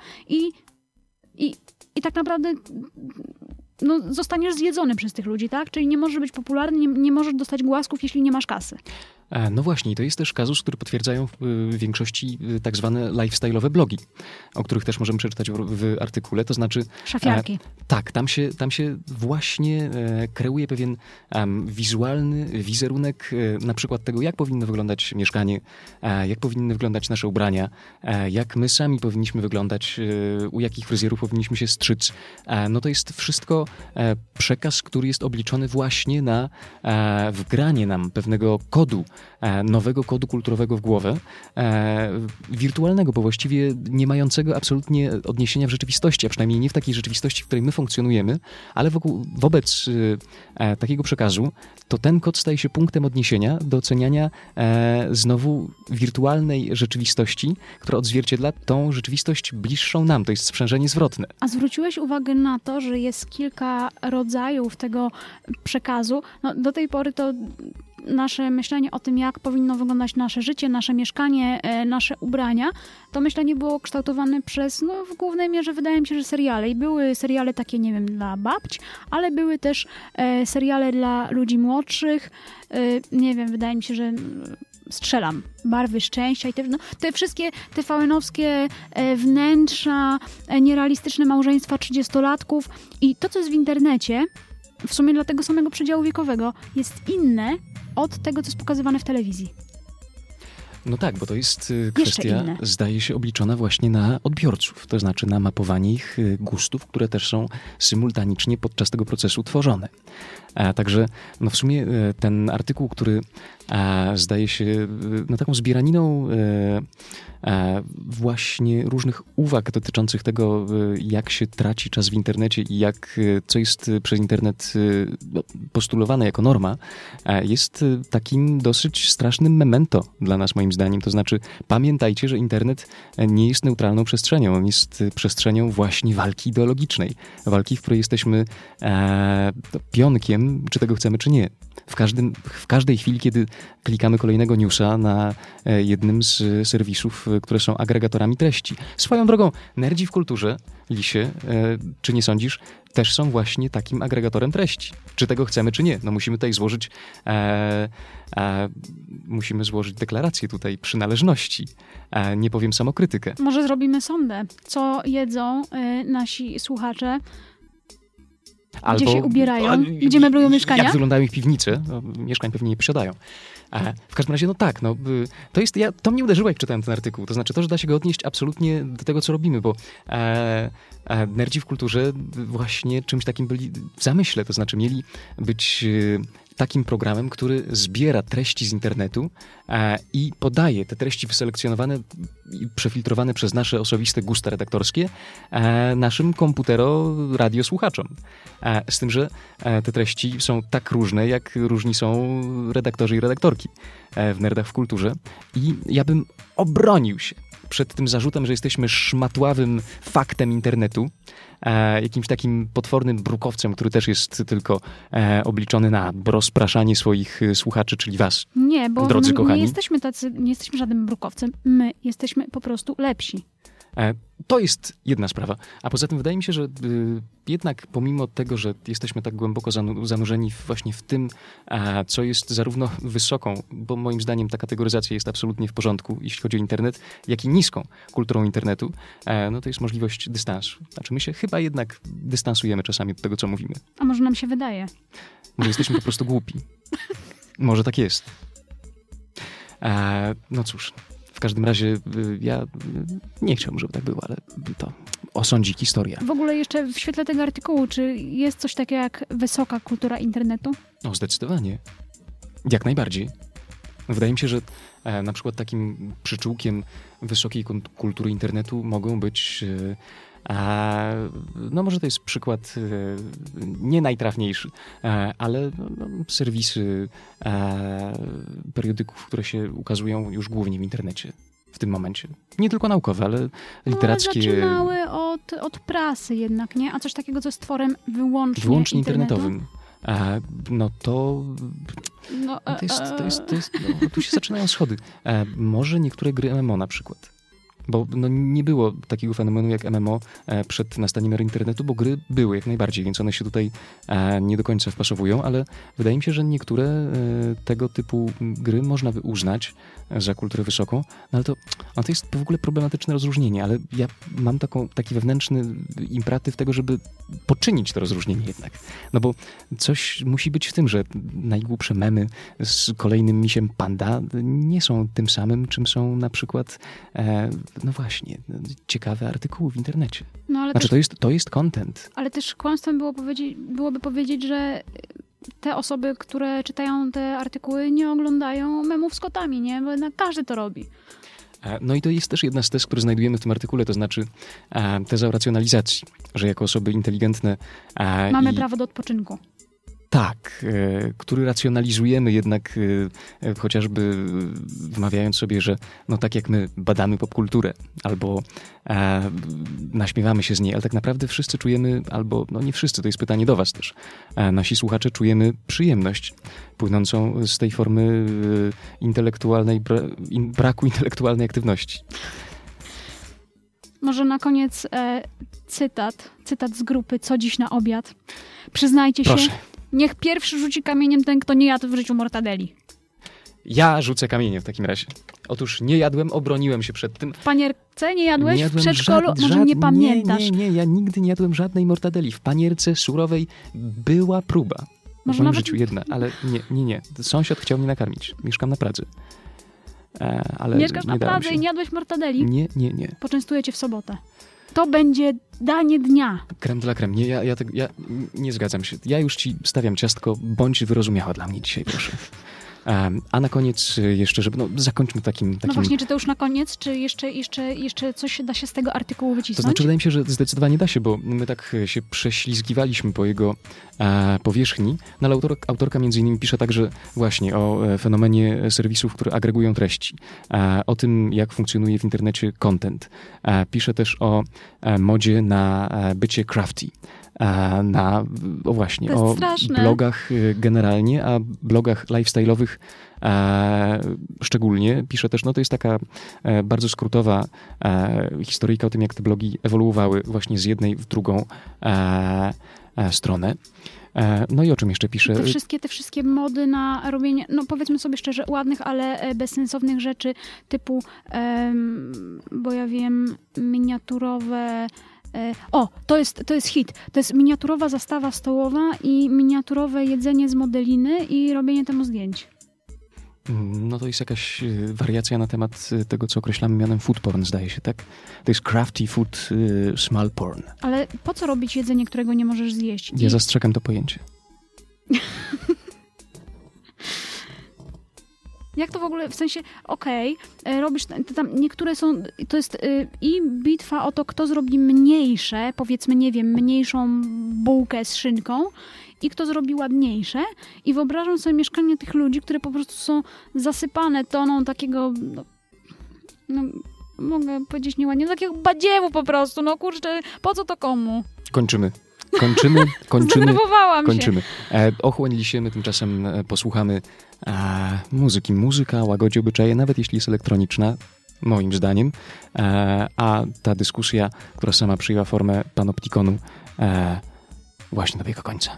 i tak naprawdę zostaniesz zjedzony przez tych ludzi, tak? Czyli nie możesz być popularny, nie możesz dostać głasków, jeśli nie masz kasy. No właśnie, to jest też kazus, który potwierdzają w większości tak zwane lifestyle'owe blogi, o których też możemy przeczytać w artykule, to znaczy... Szafiarki. Tak, tam się właśnie kreuje pewien wizualny wizerunek na przykład tego, jak powinno wyglądać mieszkanie, jak powinny wyglądać nasze ubrania, jak my sami powinniśmy wyglądać, u jakich fryzjerów powinniśmy się strzyc. No to jest wszystko przekaz, który jest obliczony właśnie na wgranie nam pewnego kodu, nowego kodu kulturowego w głowę, wirtualnego, bo właściwie nie mającego absolutnie odniesienia w rzeczywistości, a przynajmniej nie w takiej rzeczywistości, w której my funkcjonujemy, ale wobec takiego przekazu, to ten kod staje się punktem odniesienia do oceniania znowu wirtualnej rzeczywistości, która odzwierciedla tą rzeczywistość bliższą nam. To jest sprzężenie zwrotne. A zwróciłeś uwagę na to, że jest kilka rodzajów tego przekazu? No, do tej pory to nasze myślenie o tym, jak powinno wyglądać nasze życie, nasze mieszkanie, nasze ubrania, to myślenie było kształtowane przez, w głównej mierze wydaje mi się, że seriale. I były seriale takie, nie wiem, dla babć, ale były też seriale dla ludzi młodszych. Nie wiem, wydaje mi się, że strzelam. Barwy szczęścia i te wszystkie TVN-owskie wnętrza, nierealistyczne małżeństwa 30-latków i to, co jest w internecie, w sumie dla tego samego przedziału wiekowego, jest inne od tego, co jest pokazywane w telewizji. No tak, bo to jest kwestia, zdaje się, obliczona właśnie na odbiorców, to znaczy na mapowanie ich gustów, które też są symultanicznie podczas tego procesu tworzone. Także w sumie ten artykuł, który zdaje się taką zbieraniną właśnie różnych uwag dotyczących tego, jak się traci czas w internecie i co jest przez internet postulowane jako norma, jest takim dosyć strasznym memento dla nas, moim moim zdaniem. To znaczy, pamiętajcie, że internet nie jest neutralną przestrzenią. On jest przestrzenią właśnie walki ideologicznej. Walki, w której jesteśmy pionkiem, czy tego chcemy, czy nie. W każdej chwili, kiedy klikamy kolejnego newsa na jednym z serwisów, które są agregatorami treści. Swoją drogą, nerdzi w kulturze, Lisie, czy nie sądzisz, też są właśnie takim agregatorem treści. Czy tego chcemy, czy nie. No musimy tutaj złożyć deklarację tutaj przynależności. Nie powiem samokrytykę. Może zrobimy sondę. Co jedzą nasi słuchacze? Gdzie się ubierają? Gdzie meblują mieszkania? Jak wyglądają ich piwnice? No, mieszkań pewnie nie posiadają. W każdym razie, to mnie uderzyło, jak czytałem ten artykuł. To znaczy to, że da się go odnieść absolutnie do tego, co robimy, bo nerdzi w kulturze właśnie czymś takim byli w zamyśle. To znaczy mieli być takim programem, który zbiera treści z internetu i podaje te treści wyselekcjonowane i przefiltrowane przez nasze osobiste gusta redaktorskie naszym radiosłuchaczom. Z tym, że te treści są tak różne, jak różni są redaktorzy i redaktorki w Nerdach w kulturze. I ja bym obronił się przed tym zarzutem, że jesteśmy szmatławym faktem internetu, jakimś takim potwornym brukowcem, który też jest tylko obliczony na rozpraszanie swoich słuchaczy, czyli was, nie, bo drodzy kochani. Nie jesteśmy żadnym brukowcem, my jesteśmy po prostu lepsi. To jest jedna sprawa. A poza tym wydaje mi się, że jednak pomimo tego, że jesteśmy tak głęboko zanurzeni właśnie w tym, co jest zarówno wysoką, bo moim zdaniem ta kategoryzacja jest absolutnie w porządku, jeśli chodzi o internet, jak i niską kulturą internetu, no to jest możliwość dystansu. Znaczy my się chyba jednak dystansujemy czasami od tego, co mówimy. A może nam się wydaje? Może jesteśmy po prostu głupi. Może tak jest. No cóż... W każdym razie ja nie chciałbym, żeby tak było, ale to osądzi historia. W ogóle jeszcze w świetle tego artykułu, czy jest coś takiego jak wysoka kultura internetu? No zdecydowanie. Jak najbardziej. Wydaje mi się, że na przykład takim przyczółkiem wysokiej kultury internetu mogą być... no może to jest przykład nie najtrafniejszy, ale serwisy periodyków, które się ukazują już głównie w internecie w tym momencie. Nie tylko naukowe, ale literackie. Ale zaczynały od prasy jednak, nie? A coś takiego, co jest tworem wyłącznie internetowym. No to... tu się zaczynają schody. Może niektóre gry MMO na przykład. Bo nie było takiego fenomenu jak MMO przed nastaniem ery internetu, bo gry były jak najbardziej, więc one się tutaj nie do końca wpasowują, ale wydaje mi się, że niektóre tego typu gry można by uznać za kulturę wysoką, no ale to jest w ogóle problematyczne rozróżnienie, ale ja mam taki wewnętrzny imperatyw tego, żeby poczynić to rozróżnienie jednak. No bo coś musi być w tym, że najgłupsze memy z kolejnym misiem panda nie są tym samym, czym są na przykład no właśnie, ciekawe artykuły w internecie. No, ale znaczy, to jest content. Ale też kłamstwem byłoby powiedzieć, że te osoby, które czytają te artykuły, nie oglądają memów z kotami, nie? Bo jednak każdy to robi. No i to jest też jedna z tez, które znajdujemy w tym artykule, to znaczy teza o racjonalizacji, że jako osoby inteligentne... Mamy prawo do odpoczynku. Tak, który racjonalizujemy jednak chociażby wmawiając sobie, że no tak jak my badamy popkulturę albo naśmiewamy się z niej, ale tak naprawdę wszyscy czujemy, albo no nie wszyscy, to jest pytanie do was też, nasi słuchacze czujemy przyjemność płynącą z tej formy intelektualnej, braku intelektualnej aktywności. Może na koniec cytat z grupy Co dziś na obiad? Przyznajcie Proszę. się, niech pierwszy rzuci kamieniem ten, kto nie jadł w życiu mortadeli. Ja rzucę kamieniem w takim razie. Otóż nie jadłem, obroniłem się przed tym. W panierce nie jadłeś? Nie w przedszkolu? Może nie pamiętasz? Nie, ja nigdy nie jadłem żadnej mortadeli. W panierce surowej była próba. Może w moim nawet... życiu jedna, ale nie. Sąsiad chciał mnie nakarmić. Mieszkam na Pradze. Ale mieszkasz na Pradze i nie jadłeś mortadeli? Nie. Poczęstuję cię w sobotę. To będzie danie dnia. Creme de la creme. Nie, ja nie zgadzam się. Ja już ci stawiam ciastko, bądź wyrozumiała dla mnie dzisiaj, proszę. A na koniec jeszcze, żeby zakończmy takim... No właśnie, czy to już na koniec, czy jeszcze coś da się z tego artykułu wycisnąć? To znaczy, wydaje mi się, że zdecydowanie da się, bo my tak się prześlizgiwaliśmy po jego powierzchni, no ale autorka między innymi pisze także właśnie o fenomenie serwisów, które agregują treści, o tym, jak funkcjonuje w internecie content. Pisze też o modzie na bycie crafty. O blogach generalnie, a blogach lifestyle'owych szczególnie. Pisze też, to jest taka bardzo skrótowa historyjka o tym, jak te blogi ewoluowały właśnie z jednej w drugą stronę. No i o czym jeszcze pisze? Te wszystkie mody na robienie, powiedzmy sobie szczerze, ładnych, ale bezsensownych rzeczy typu, bo ja wiem, miniaturowe... to jest hit. To jest miniaturowa zastawa stołowa i miniaturowe jedzenie z modeliny i robienie temu zdjęć. No to jest jakaś wariacja na temat tego, co określamy mianem food porn, zdaje się, tak? To jest crafty food small porn. Ale po co robić jedzenie, którego nie możesz zjeść? Ja zastrzegam to pojęcie. Jak to w ogóle, w sensie, robisz, tam niektóre są, to jest i bitwa o to, kto zrobi mniejsze, powiedzmy, nie wiem, mniejszą bułkę z szynką i kto zrobi ładniejsze i wyobrażam sobie mieszkanie tych ludzi, które po prostu są zasypane toną takiego, mogę powiedzieć nieładnie, takiego badziewu po prostu, kurczę, po co to komu? Kończymy. Zdenerwowałam się. Ochłońli się, my tymczasem posłuchamy muzyki. Muzyka łagodzi obyczaje, nawet jeśli jest elektroniczna, moim zdaniem. A ta dyskusja, która sama przyjęła formę panoptikonu, właśnie dobiega końca.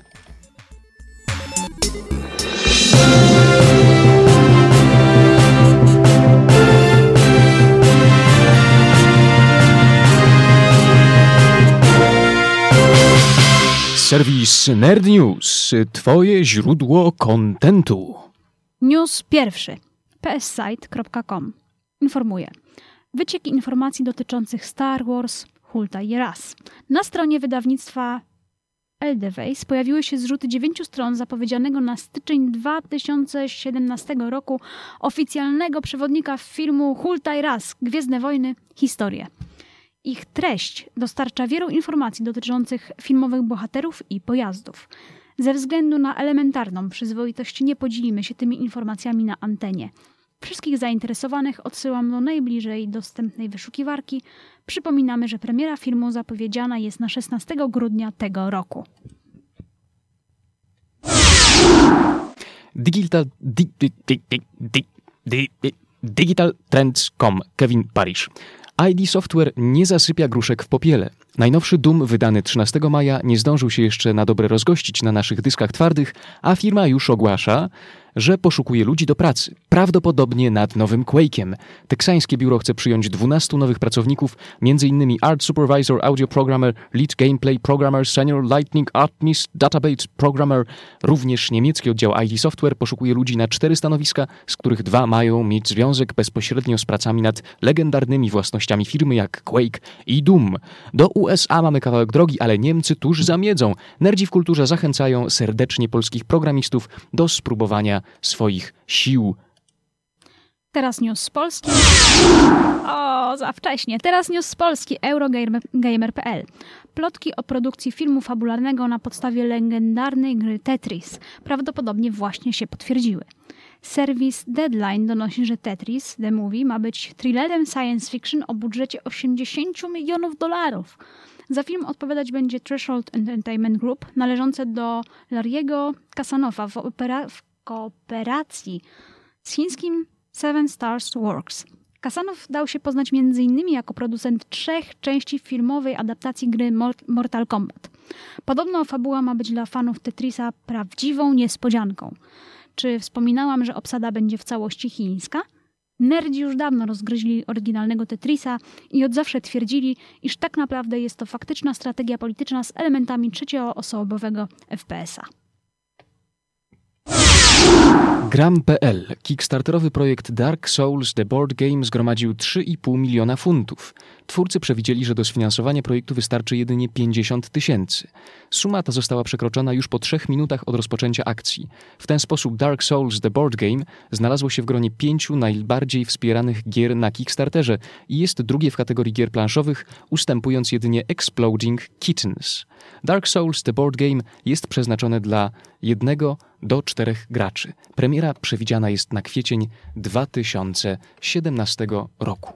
Serwis Nerd News. Twoje źródło kontentu. News pierwszy. pssite.com informuje. Wycieki informacji dotyczących Star Wars hultaj raz. Na stronie wydawnictwa Edelweiss pojawiły się zrzuty 9 stron zapowiedzianego na styczeń 2017 roku oficjalnego przewodnika filmu Hultaj raz. Gwiezdne Wojny. Historie. Ich treść dostarcza wielu informacji dotyczących filmowych bohaterów i pojazdów. Ze względu na elementarną przyzwoitość nie podzielimy się tymi informacjami na antenie. Wszystkich zainteresowanych odsyłam do najbliżej dostępnej wyszukiwarki. Przypominamy, że premiera filmu zapowiedziana jest na 16 grudnia tego roku. Digitaltrends.com. Kevin Parish. ID Software nie zasypia gruszek w popiele. Najnowszy Doom, wydany 13 maja, nie zdążył się jeszcze na dobre rozgościć na naszych dyskach twardych, a firma już ogłasza, że poszukuje ludzi do pracy. Prawdopodobnie nad nowym Quake'iem. Teksańskie biuro chce przyjąć 12 nowych pracowników, m.in. Art Supervisor, Audio Programmer, Lead Gameplay Programmer, Senior Lightning Artist, Database Programmer. Również niemiecki oddział ID Software poszukuje ludzi na 4 stanowiska, z których 2 mają mieć związek bezpośrednio z pracami nad legendarnymi własnościami firmy jak Quake i Doom. Do USA mamy kawałek drogi, ale Niemcy tuż zamiedzą. Nerdzi w kulturze zachęcają serdecznie polskich programistów do spróbowania swoich sił. Teraz news z Polski. Za wcześnie. Teraz news z Polski. Eurogamer.pl. Plotki o produkcji filmu fabularnego na podstawie legendarnej gry Tetris prawdopodobnie właśnie się potwierdziły. Serwis Deadline donosi, że Tetris, The Movie, ma być thrillerem science fiction o budżecie $80 milionów. Za film odpowiadać będzie Threshold Entertainment Group, należące do Larry'ego Kasanowa w kooperacji z chińskim Seven Stars Works. Kasanow dał się poznać m.in. jako producent 3 części filmowej adaptacji gry Mortal Kombat. Podobno fabuła ma być dla fanów Tetrisa prawdziwą niespodzianką. Czy wspominałam, że obsada będzie w całości chińska? Nerdzi już dawno rozgryźli oryginalnego Tetrisa i od zawsze twierdzili, iż tak naprawdę jest to faktyczna strategia polityczna z elementami trzecioosobowego FPS-a. Gram.pl. Kickstarterowy projekt Dark Souls The Board Game zgromadził 3,5 miliona funtów. Twórcy przewidzieli, że do sfinansowania projektu wystarczy jedynie 50 000. Suma ta została przekroczona już po 3 minutach od rozpoczęcia akcji. W ten sposób Dark Souls The Board Game znalazło się w gronie 5 najbardziej wspieranych gier na Kickstarterze i jest drugie w kategorii gier planszowych, ustępując jedynie Exploding Kittens. Dark Souls The Board Game jest przeznaczone dla 1 do 4 graczy. Premiera przewidziana jest na kwiecień 2017 roku.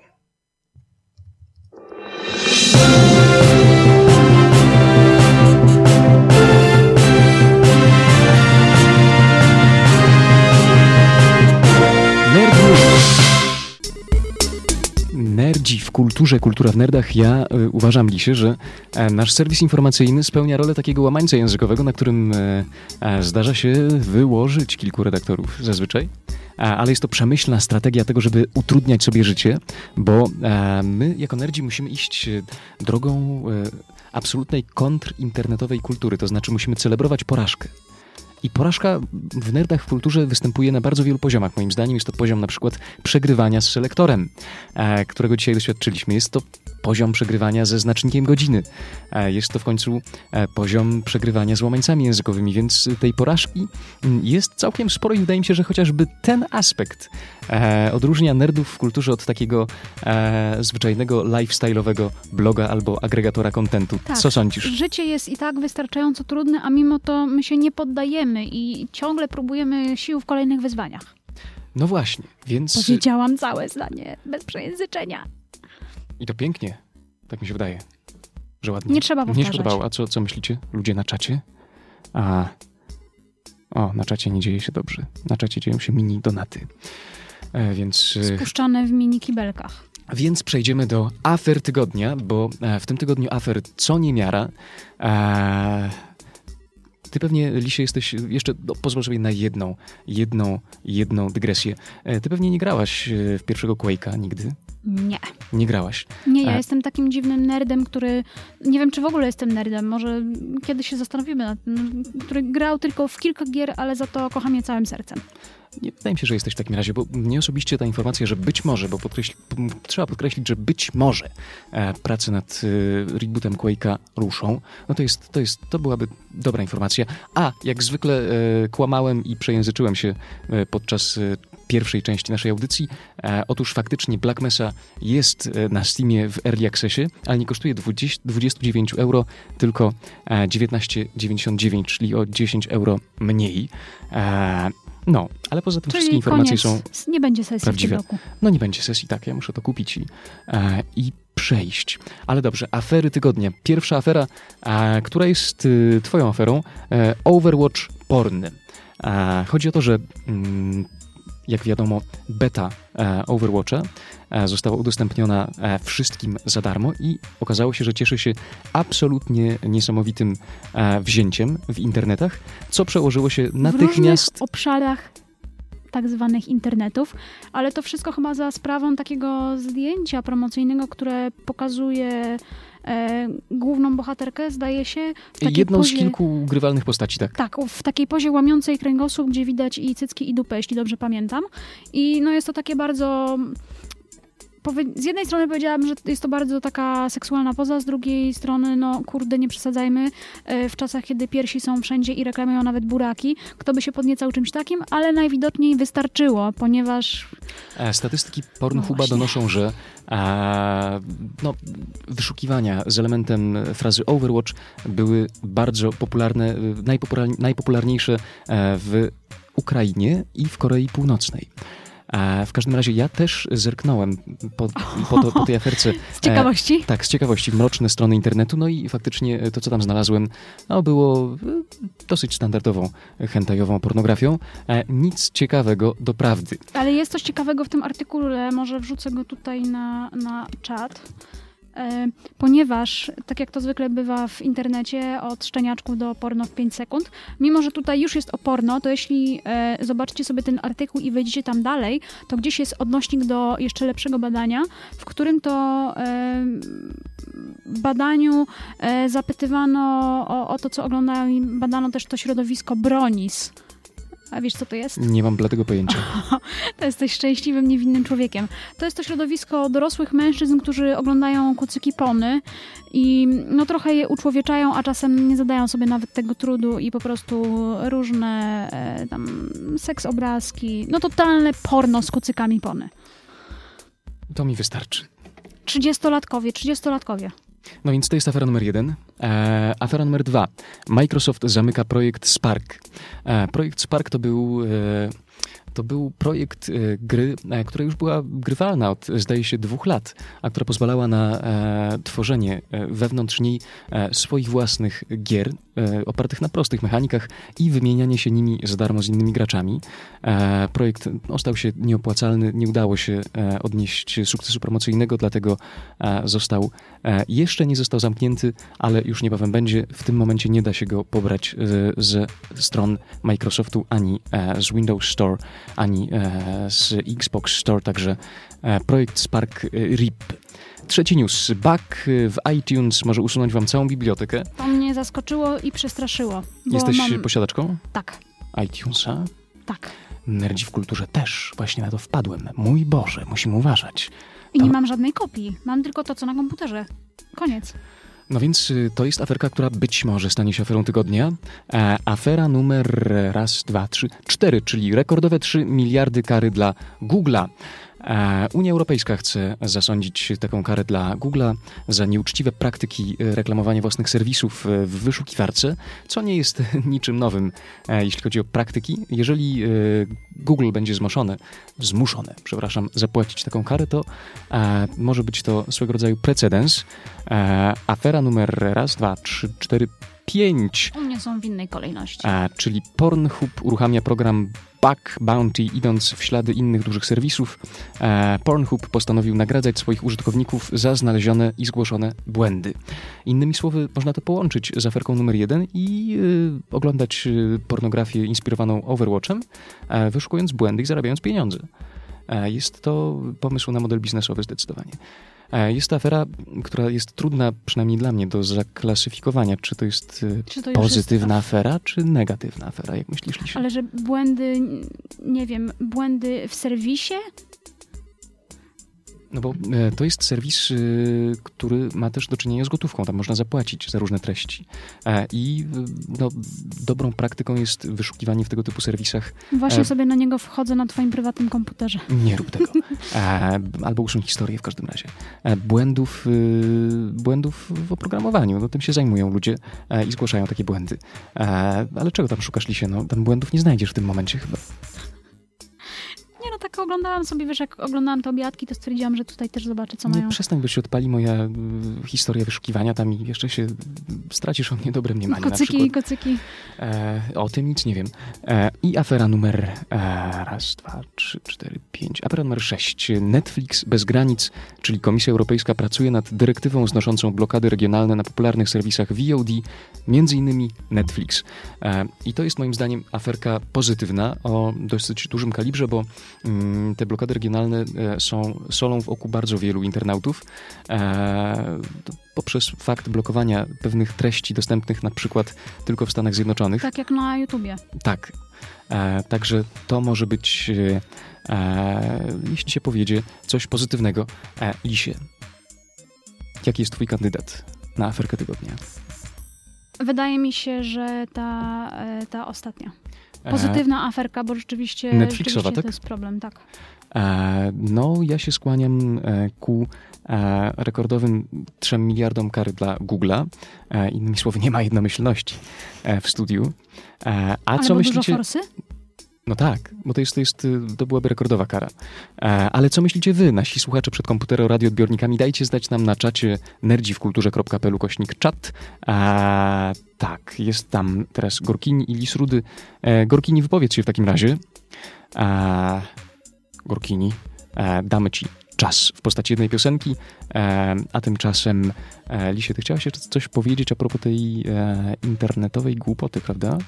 Nerdzi w kulturze, kultura w nerdach. Ja uważam, Lisie, że nasz serwis informacyjny spełnia rolę takiego łamańca językowego, na którym zdarza się wyłożyć kilku redaktorów zazwyczaj. Ale jest to przemyślna strategia tego, żeby utrudniać sobie życie, bo my jako nerdzi musimy iść drogą absolutnej kontrinternetowej kultury, to znaczy musimy celebrować porażkę. I porażka w nerdach w kulturze występuje na bardzo wielu poziomach. Moim zdaniem jest to poziom na przykład przegrywania z selektorem, którego dzisiaj doświadczyliśmy. Jest to poziom przegrywania ze znacznikiem godziny. Jest to w końcu poziom przegrywania z łamańcami językowymi, więc tej porażki jest całkiem sporo i wydaje mi się, że chociażby ten aspekt odróżnia nerdów w kulturze od takiego zwyczajnego lifestyle'owego bloga albo agregatora kontentu. Tak, co sądzisz? Życie jest i tak wystarczająco trudne, a mimo to my się nie poddajemy i ciągle próbujemy sił w kolejnych wyzwaniach. No właśnie, więc... Powiedziałam całe zdanie, bez przejęzyczenia. I to pięknie, tak mi się wydaje, że ładnie. Nie trzeba powtarzać. Nie trzeba, a co myślicie? Ludzie na czacie? Na czacie nie dzieje się dobrze. Na czacie dzieją się mini donaty. Więc... Spuszczane w mini kibelkach. Więc przejdziemy do afer tygodnia, bo w tym tygodniu afer co niemiara. Ty pewnie, Lisie, jesteś jeszcze, pozwól sobie na jedną dygresję. Ty pewnie nie grałaś w pierwszego Quake'a nigdy? Nie. Nie grałaś? Nie, ja jestem takim dziwnym nerdem, który... Nie wiem, czy w ogóle jestem nerdem. Może kiedyś się zastanowimy nad tym. Który grał tylko w kilka gier, ale za to kocham je całym sercem. Nie, wydaje mi się, że jesteś w takim razie, bo mnie osobiście ta informacja, że być może, bo trzeba podkreślić, że być może prace nad rebootem Quake'a ruszą, no to byłaby dobra informacja. A jak zwykle kłamałem i przejęzyczyłem się podczas pierwszej części naszej audycji. Otóż faktycznie Black Mesa jest na Steamie w Early Accessie, ale nie kosztuje 29 euro, tylko 19,99, czyli o 10 euro mniej. No, ale poza tym wszystkie informacje są nie będzie sesji prawdziwe. W tym roku. No nie będzie sesji, tak, ja muszę to kupić i przejść. Ale dobrze, afery tygodnia. Pierwsza afera, która jest twoją aferą, Overwatch Porn. Chodzi o to, że jak wiadomo, beta Overwatcha została udostępniona wszystkim za darmo i okazało się, że cieszy się absolutnie niesamowitym wzięciem w internetach, co przełożyło się natychmiast... W różnych obszarach tak zwanych internetów, ale to wszystko chyba za sprawą takiego zdjęcia promocyjnego, które pokazuje główną bohaterkę, zdaje się. Jedną z kilku grywalnych postaci, tak? Tak, w takiej pozie łamiącej kręgosłup, gdzie widać i cycki, i dupę, jeśli dobrze pamiętam. I no jest to takie bardzo... Z jednej strony powiedziałabym, że jest to bardzo taka seksualna poza, z drugiej strony, no kurde, nie przesadzajmy, w czasach, kiedy piersi są wszędzie i reklamują nawet buraki, kto by się podniecał czymś takim, ale najwidoczniej wystarczyło, ponieważ... Statystyki Pornhuba donoszą, że wyszukiwania z elementem frazy Overwatch były bardzo popularne, najpopularniejsze w Ukrainie i w Korei Północnej. W każdym razie ja też zerknąłem po tej aferce. Z ciekawości? Tak, z ciekawości. Mroczne strony internetu. No i faktycznie to, co tam znalazłem, było dosyć standardową hentajową pornografią. Nic ciekawego do prawdy. Ale jest coś ciekawego w tym artykule. Może wrzucę go tutaj na czat. Ponieważ, tak jak to zwykle bywa w internecie, od szczeniaczków do porno w 5 sekund, mimo że tutaj już jest o porno, to jeśli zobaczycie sobie ten artykuł i wejdziecie tam dalej, to gdzieś jest odnośnik do jeszcze lepszego badania, w którym to badaniu zapytywano o to, co oglądają i badano też to środowisko Bronis. A wiesz, co to jest? Nie mam bladego pojęcia. To jesteś szczęśliwym, niewinnym człowiekiem. To jest to środowisko dorosłych mężczyzn, którzy oglądają kucyki Pony i no trochę je uczłowieczają, a czasem nie zadają sobie nawet tego trudu i po prostu różne tam seks obrazki, no totalne porno z kucykami Pony. To mi wystarczy. 30-latkowie. No więc to jest afera numer 1. Afera numer 2. Microsoft zamyka projekt Spark. Projekt Spark to był projekt gry, która już była grywalna od, zdaje się, 2 lat, a która pozwalała na tworzenie wewnątrz niej swoich własnych gier opartych na prostych mechanikach i wymienianie się nimi za darmo z innymi graczami. Projekt stał się nieopłacalny, nie udało się odnieść sukcesu promocyjnego, dlatego jeszcze nie został zamknięty, ale już niebawem będzie. W tym momencie nie da się go pobrać ze stron Microsoftu ani z Windows Store, ani z Xbox Store, także projekt Spark RIP. Trzeci news. Bug w iTunes może usunąć wam całą bibliotekę. To mnie zaskoczyło i przestraszyło. Jesteś posiadaczką? Tak. iTunesa? Tak. Nerdzi w kulturze też. Właśnie na to wpadłem. Mój Boże, musimy uważać. I nie mam żadnej kopii. Mam tylko to, co na komputerze. Koniec. No więc to jest aferka, która być może stanie się aferą tygodnia. Afera numer 4, czyli rekordowe 3 miliardy kary dla Google'a. Unia Europejska chce zasądzić taką karę dla Google'a za nieuczciwe praktyki reklamowania własnych serwisów w wyszukiwarce, co nie jest niczym nowym, jeśli chodzi o praktyki. Jeżeli Google będzie zmuszone zapłacić taką karę, to może być to swego rodzaju precedens. Afera numer 5. U mnie są w innej kolejności. Czyli Pornhub uruchamia program Bug Bounty, idąc w ślady innych dużych serwisów. Pornhub postanowił nagradzać swoich użytkowników za znalezione i zgłoszone błędy. Innymi słowy, można to połączyć z aferką numer 1 i oglądać pornografię inspirowaną Overwatchem, wyszukując błędy i zarabiając pieniądze. Jest to pomysł na model biznesowy zdecydowanie. Jest to afera, która jest trudna, przynajmniej dla mnie, do zaklasyfikowania. Czy to jest pozytywna afera, czy negatywna afera, jak myślisz, Lisia? Ale że błędy, nie wiem, błędy w serwisie? No bo to jest serwis, który ma też do czynienia z gotówką. Tam można zapłacić za różne treści. I dobrą praktyką jest wyszukiwanie w tego typu serwisach. Właśnie sobie na niego wchodzę na twoim prywatnym komputerze. Nie rób tego. Albo usuń historię w każdym razie. Błędów w oprogramowaniu. No tym się zajmują ludzie i zgłaszają takie błędy. Ale czego tam szukasz, Lisie? No tam błędów nie znajdziesz w tym momencie chyba. Nie no, tak oglądałam sobie, wiesz, jak oglądałam te obiadki, to stwierdziłam, że tutaj też zobaczę, co mają. Nie, przestań, bo się odpali moja historia wyszukiwania tam i jeszcze się stracisz o mnie dobre mniemanie. Kocyki. O tym nic nie wiem. I afera numer 5. Afera numer 6. Netflix bez granic, czyli Komisja Europejska pracuje nad dyrektywą znoszącą blokady regionalne na popularnych serwisach VOD, między innymi Netflix. I to jest moim zdaniem aferka pozytywna o dosyć dużym kalibrze, bo te blokady regionalne są solą w oku bardzo wielu internautów poprzez fakt blokowania pewnych treści dostępnych na przykład tylko w Stanach Zjednoczonych. Tak jak na YouTubie. Tak. Także to może być, jeśli się powiedzie, coś pozytywnego. Lisie, jaki jest twój kandydat na aferkę tygodnia? Wydaje mi się, że ta ostatnia. Pozytywna aferka, bo rzeczywiście Netflixowa, tak? To jest problem, tak. No, ja się skłaniam ku rekordowym 3 miliardom kary dla Google'a. Innymi słowy, nie ma jednomyślności w studiu. Ale co myślicie? Dużo forsy? No tak, bo to byłaby rekordowa kara. Ale co myślicie wy, nasi słuchacze przed radioodbiornikami? Dajcie znać nam na czacie nerdziwkulturze.pl/czat. Tak, jest tam teraz Gorkini i Lis Rudy. Gorkini, wypowiedz się w takim razie. Gorkini, damy ci czas w postaci jednej piosenki, a tymczasem Lisie, ty chciałaś jeszcze coś powiedzieć a propos tej internetowej głupoty, prawda?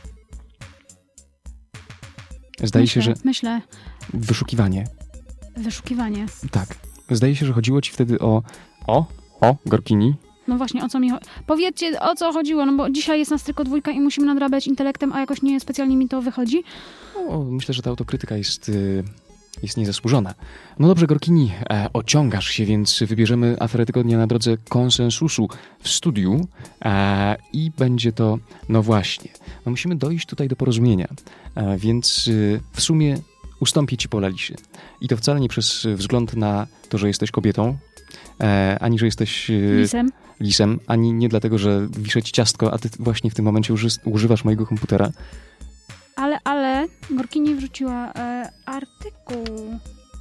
Zdaje się, że... Myślę. Wyszukiwanie. Wyszukiwanie. Tak. Zdaje się, że chodziło ci wtedy o Gorkini. No właśnie, o co mi chodzi? Powiedzcie, o co chodziło, no bo dzisiaj jest nas tylko 2 i musimy nadrabiać intelektem, a jakoś nie specjalnie mi to wychodzi. Myślę, że ta autokrytyka jest niezasłużona. No dobrze, Gorkini, ociągasz się, więc wybierzemy aferę tygodnia na drodze konsensusu w studiu i będzie to, no właśnie, no musimy dojść tutaj do porozumienia, więc w sumie ustąpię ci pola Lisie. I to wcale nie przez wzgląd na to, że jesteś kobietą, ani że jesteś lisem, ani nie dlatego, że wiszę ci ciastko, a ty właśnie w tym momencie używasz mojego komputera. Ale Gorkini wrzuciła artykuł.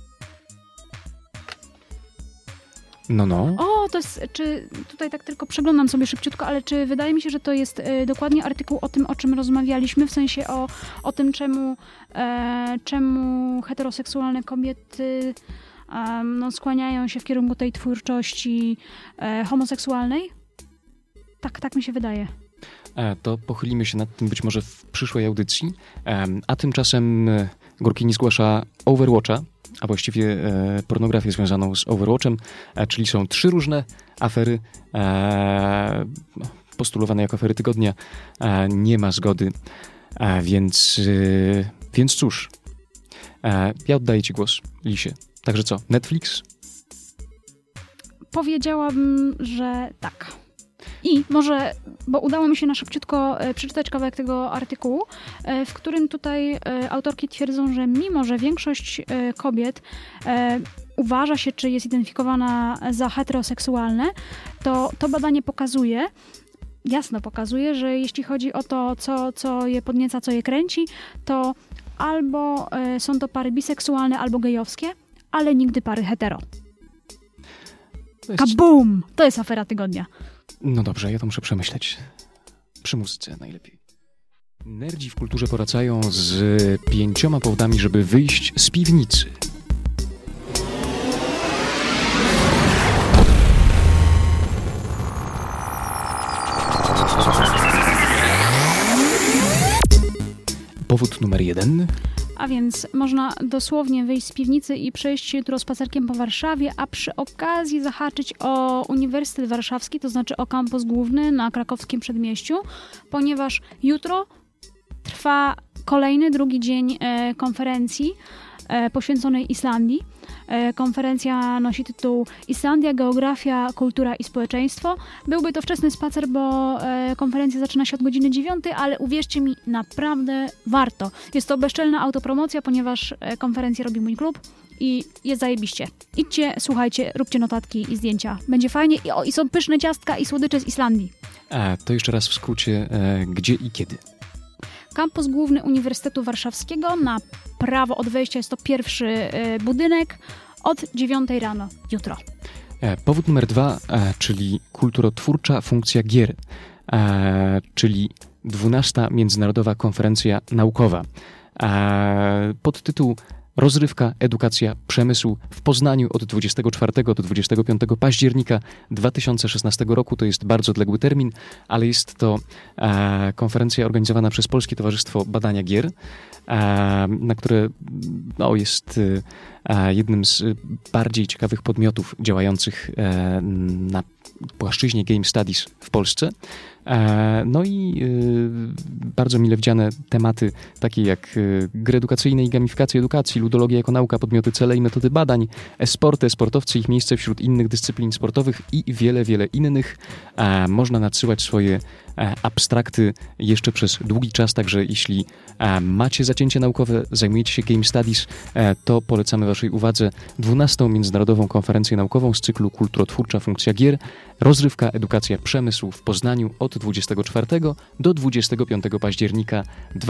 No. O, to jest, czy tutaj tak tylko przeglądam sobie szybciutko, ale czy wydaje mi się, że to jest dokładnie artykuł o tym, o czym rozmawialiśmy, w sensie o tym, czemu heteroseksualne kobiety skłaniają się w kierunku tej twórczości homoseksualnej? Tak mi się wydaje. To pochylimy się nad tym być może w przyszłej audycji, a tymczasem Gorkini zgłasza Overwatcha, a właściwie pornografię związaną z Overwatchem, czyli są 3 różne afery postulowane jako afery tygodnia. Nie ma zgody, więc cóż, ja oddaję ci głos, Lisie. Także co, Netflix? Powiedziałabym, że tak. I może, bo udało mi się na szybciutko przeczytać kawałek tego artykułu, w którym tutaj autorki twierdzą, że mimo, że większość kobiet uważa się, czy jest identyfikowana za heteroseksualne, to badanie jasno pokazuje, że jeśli chodzi o to, co je podnieca, co je kręci, to albo są to pary biseksualne, albo gejowskie, ale nigdy pary hetero. Kabum! To jest afera tygodnia. No dobrze, ja to muszę przemyśleć. Przy muzyce najlepiej. Nerdzi w kulturze poracają z 5 powodami, żeby wyjść z piwnicy. Powód numer 1. A więc można dosłownie wyjść z piwnicy i przejść się jutro spacerkiem po Warszawie, a przy okazji zahaczyć o Uniwersytet Warszawski, to znaczy o kampus główny na krakowskim przedmieściu, ponieważ jutro trwa kolejny, 2 dzień konferencji poświęconej Islandii. Konferencja nosi tytuł Islandia, geografia, kultura i społeczeństwo. Byłby to wczesny spacer, bo konferencja zaczyna się od godziny 9, ale uwierzcie mi, naprawdę warto. Jest to bezczelna autopromocja, ponieważ konferencję robi mój klub i jest zajebiście. Idźcie, słuchajcie, róbcie notatki i zdjęcia. Będzie fajnie i są pyszne ciastka i słodycze z Islandii. To jeszcze raz w skrócie, gdzie i kiedy? Kampus główny Uniwersytetu Warszawskiego, na prawo od wejścia jest to pierwszy budynek, od 9 rano jutro. Powód numer 2, czyli kulturotwórcza funkcja gier, czyli 12. Międzynarodowa Konferencja Naukowa. Podtytuł Rozrywka, edukacja, przemysł w Poznaniu od 24 do 25 października 2016 roku. To jest bardzo odległy termin, ale jest to konferencja organizowana przez Polskie Towarzystwo Badania Gier, na które jest jednym z bardziej ciekawych podmiotów działających na płaszczyźnie Game Studies w Polsce. No i bardzo mile widziane tematy takie jak gry edukacyjne i gamifikacja edukacji, ludologia jako nauka, podmioty, cele i metody badań, e-sporty, sportowcy, ich miejsce wśród innych dyscyplin sportowych i wiele, wiele innych. Można nadsyłać swoje abstrakty jeszcze przez długi czas, także jeśli macie zacięcie naukowe, zajmujecie się Game Studies, to polecamy waszej uwadze 12. Międzynarodową Konferencję Naukową z cyklu Kulturotwórcza funkcja gier, rozrywka, edukacja, przemysł w Poznaniu od 24 do 25 października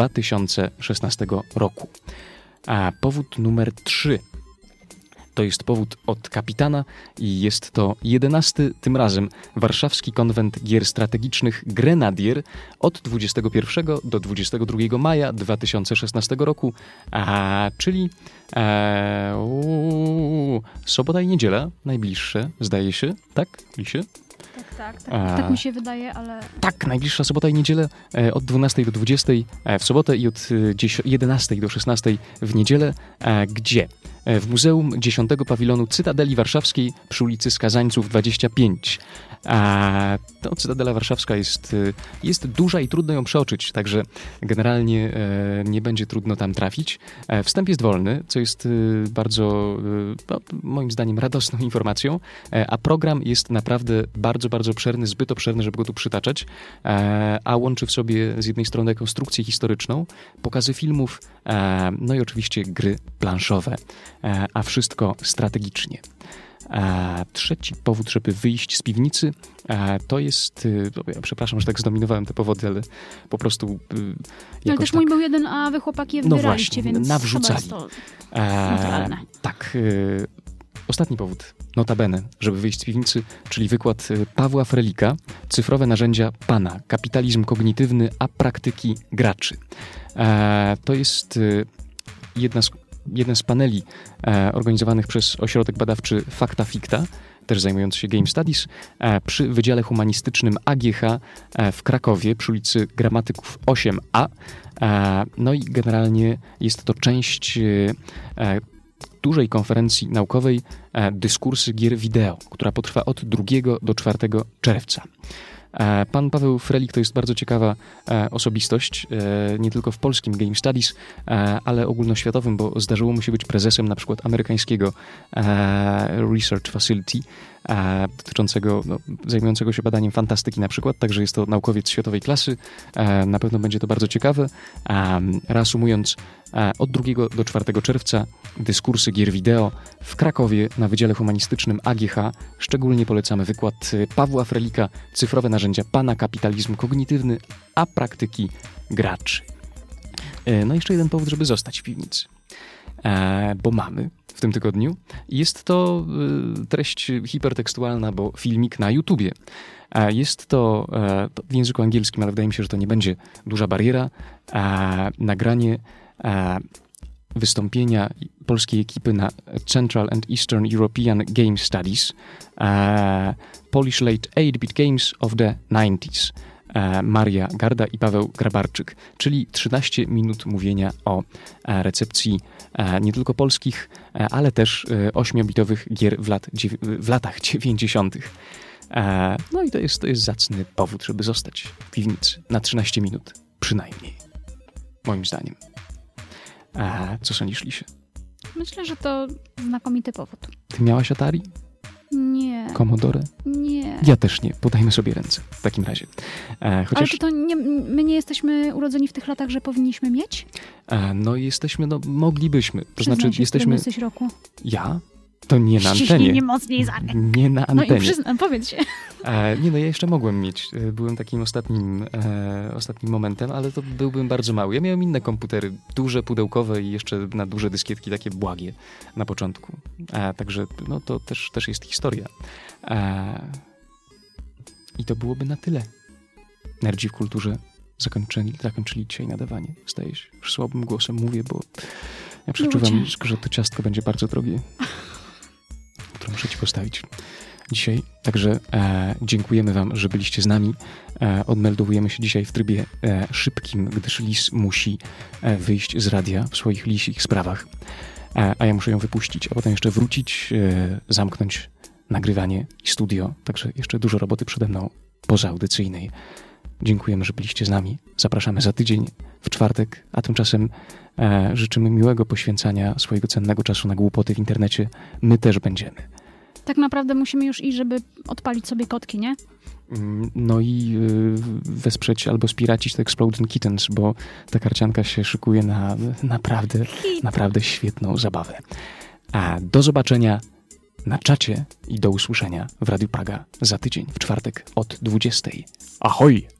2016 roku. A powód numer 3 to jest powód od kapitana i jest to 11. tym razem Warszawski Konwent Gier Strategicznych Grenadier od 21 do 22 maja 2016 roku, czyli sobota i niedziela, najbliższe, zdaje się, tak, Lisie? Tak mi się wydaje, ale... Tak, najbliższa sobota i niedzielę od 12 do 20 w sobotę i od 11 do 16 w niedzielę. Gdzie? w Muzeum 10 Pawilonu Cytadeli Warszawskiej przy ulicy Skazańców 25. To Cytadela Warszawska jest duża i trudno ją przeoczyć, także generalnie nie będzie trudno tam trafić. Wstęp jest wolny, co jest bardzo, moim zdaniem, radosną informacją, a program jest naprawdę bardzo, bardzo obszerny, zbyt obszerny, żeby go tu przytaczać, a łączy w sobie z jednej strony konstrukcję historyczną, pokazy filmów, no i oczywiście gry planszowe, a wszystko strategicznie. Trzeci powód, żeby wyjść z piwnicy, to jest, ja przepraszam, że tak zdominowałem te powody, ale po prostu ale też mój był jeden, a wy chłopaki je wybieraliście, właśnie, więc nawrzucali. chyba jest to naturalne. Tak. Ostatni powód, notabene, żeby wyjść z piwnicy, czyli wykład Pawła Frelika, Cyfrowe narzędzia Pana, kapitalizm kognitywny, a praktyki graczy. To jest jeden z paneli organizowanych przez ośrodek badawczy Fakta Ficta, też zajmujący się Game Studies, przy Wydziale Humanistycznym AGH w Krakowie przy ulicy Gramatyków 8A. No i generalnie jest to część dużej konferencji naukowej Dyskursy gier wideo, która potrwa od 2 do 4 czerwca. Pan Paweł Frelik to jest bardzo ciekawa osobistość, nie tylko w polskim Game Studies, ale ogólnoświatowym, bo zdarzyło mu się być prezesem na przykład amerykańskiego Research Facility, dotyczącego, zajmującego się badaniem fantastyki na przykład, także jest to naukowiec światowej klasy. Na pewno będzie to bardzo ciekawe. Reasumując, od 2 do 4 czerwca dyskursy gier wideo w Krakowie na Wydziale Humanistycznym AGH. Szczególnie polecamy wykład Pawła Frelika, Cyfrowe narzędzia Pana, kapitalizm kognitywny, a praktyki graczy. No i jeszcze jeden powód, żeby zostać w piwnicy. Bo mamy w tym tygodniu. Jest to treść hipertekstualna, bo filmik na YouTubie. Jest to w języku angielskim, ale wydaje mi się, że to nie będzie duża bariera. Nagranie wystąpienia polskiej ekipy na Central and Eastern European Game Studies, Polish Late 8-Bit Games of the 90s. Maria Garda i Paweł Grabarczyk, czyli 13 minut mówienia o recepcji nie tylko polskich, ale też 8-bitowych gier w latach 90. No i to jest zacny powód, żeby zostać w piwnicy na 13 minut, przynajmniej, moim zdaniem. Co sądzisz, Lisie? Myślę, że to znakomity powód. Ty miałaś Atari? Nie. Commodore? Nie. Ja też nie. Podajmy sobie ręce w takim razie. Chociaż... Ale my nie jesteśmy urodzeni w tych latach, że powinniśmy mieć? No jesteśmy, moglibyśmy. To Przyznaj znaczy się, jesteśmy... jesteś roku? Ja? To nie na antenie. Ściśnij mnie mocniej za mnie. Nie na antenie. No i przyznam, powiedz się. Ja jeszcze mogłem mieć. Byłem takim ostatnim momentem, ale to byłbym bardzo mały. Ja miałem inne komputery, duże, pudełkowe i jeszcze na duże dyskietki, takie błagie na początku. Także to też jest historia. I to byłoby na tyle. Nerdzi w kulturze zakończyli dzisiaj nadawanie. Staję się już słabym głosem, mówię, bo ja przeczuwam, że to ciastko będzie bardzo drogie, które muszę ci postawić dzisiaj. Także dziękujemy wam, że byliście z nami. Odmeldowujemy się dzisiaj w trybie szybkim, gdyż Lis musi wyjść z radia w swoich lisich sprawach. A ja muszę ją wypuścić, a potem jeszcze wrócić, zamknąć nagrywanie i studio. Także jeszcze dużo roboty przede mną pozaaudycyjnej. Dziękujemy, że byliście z nami. Zapraszamy za tydzień w czwartek, a tymczasem życzymy miłego poświęcania swojego cennego czasu na głupoty w internecie. My też będziemy. Tak naprawdę musimy już iść, żeby odpalić sobie kotki, nie? No i wesprzeć albo spiracić te Exploding Kittens, bo ta karcianka się szykuje na naprawdę świetną zabawę. A do zobaczenia na czacie i do usłyszenia w Radiu Praga za tydzień, w czwartek od 20:00. Ahoj!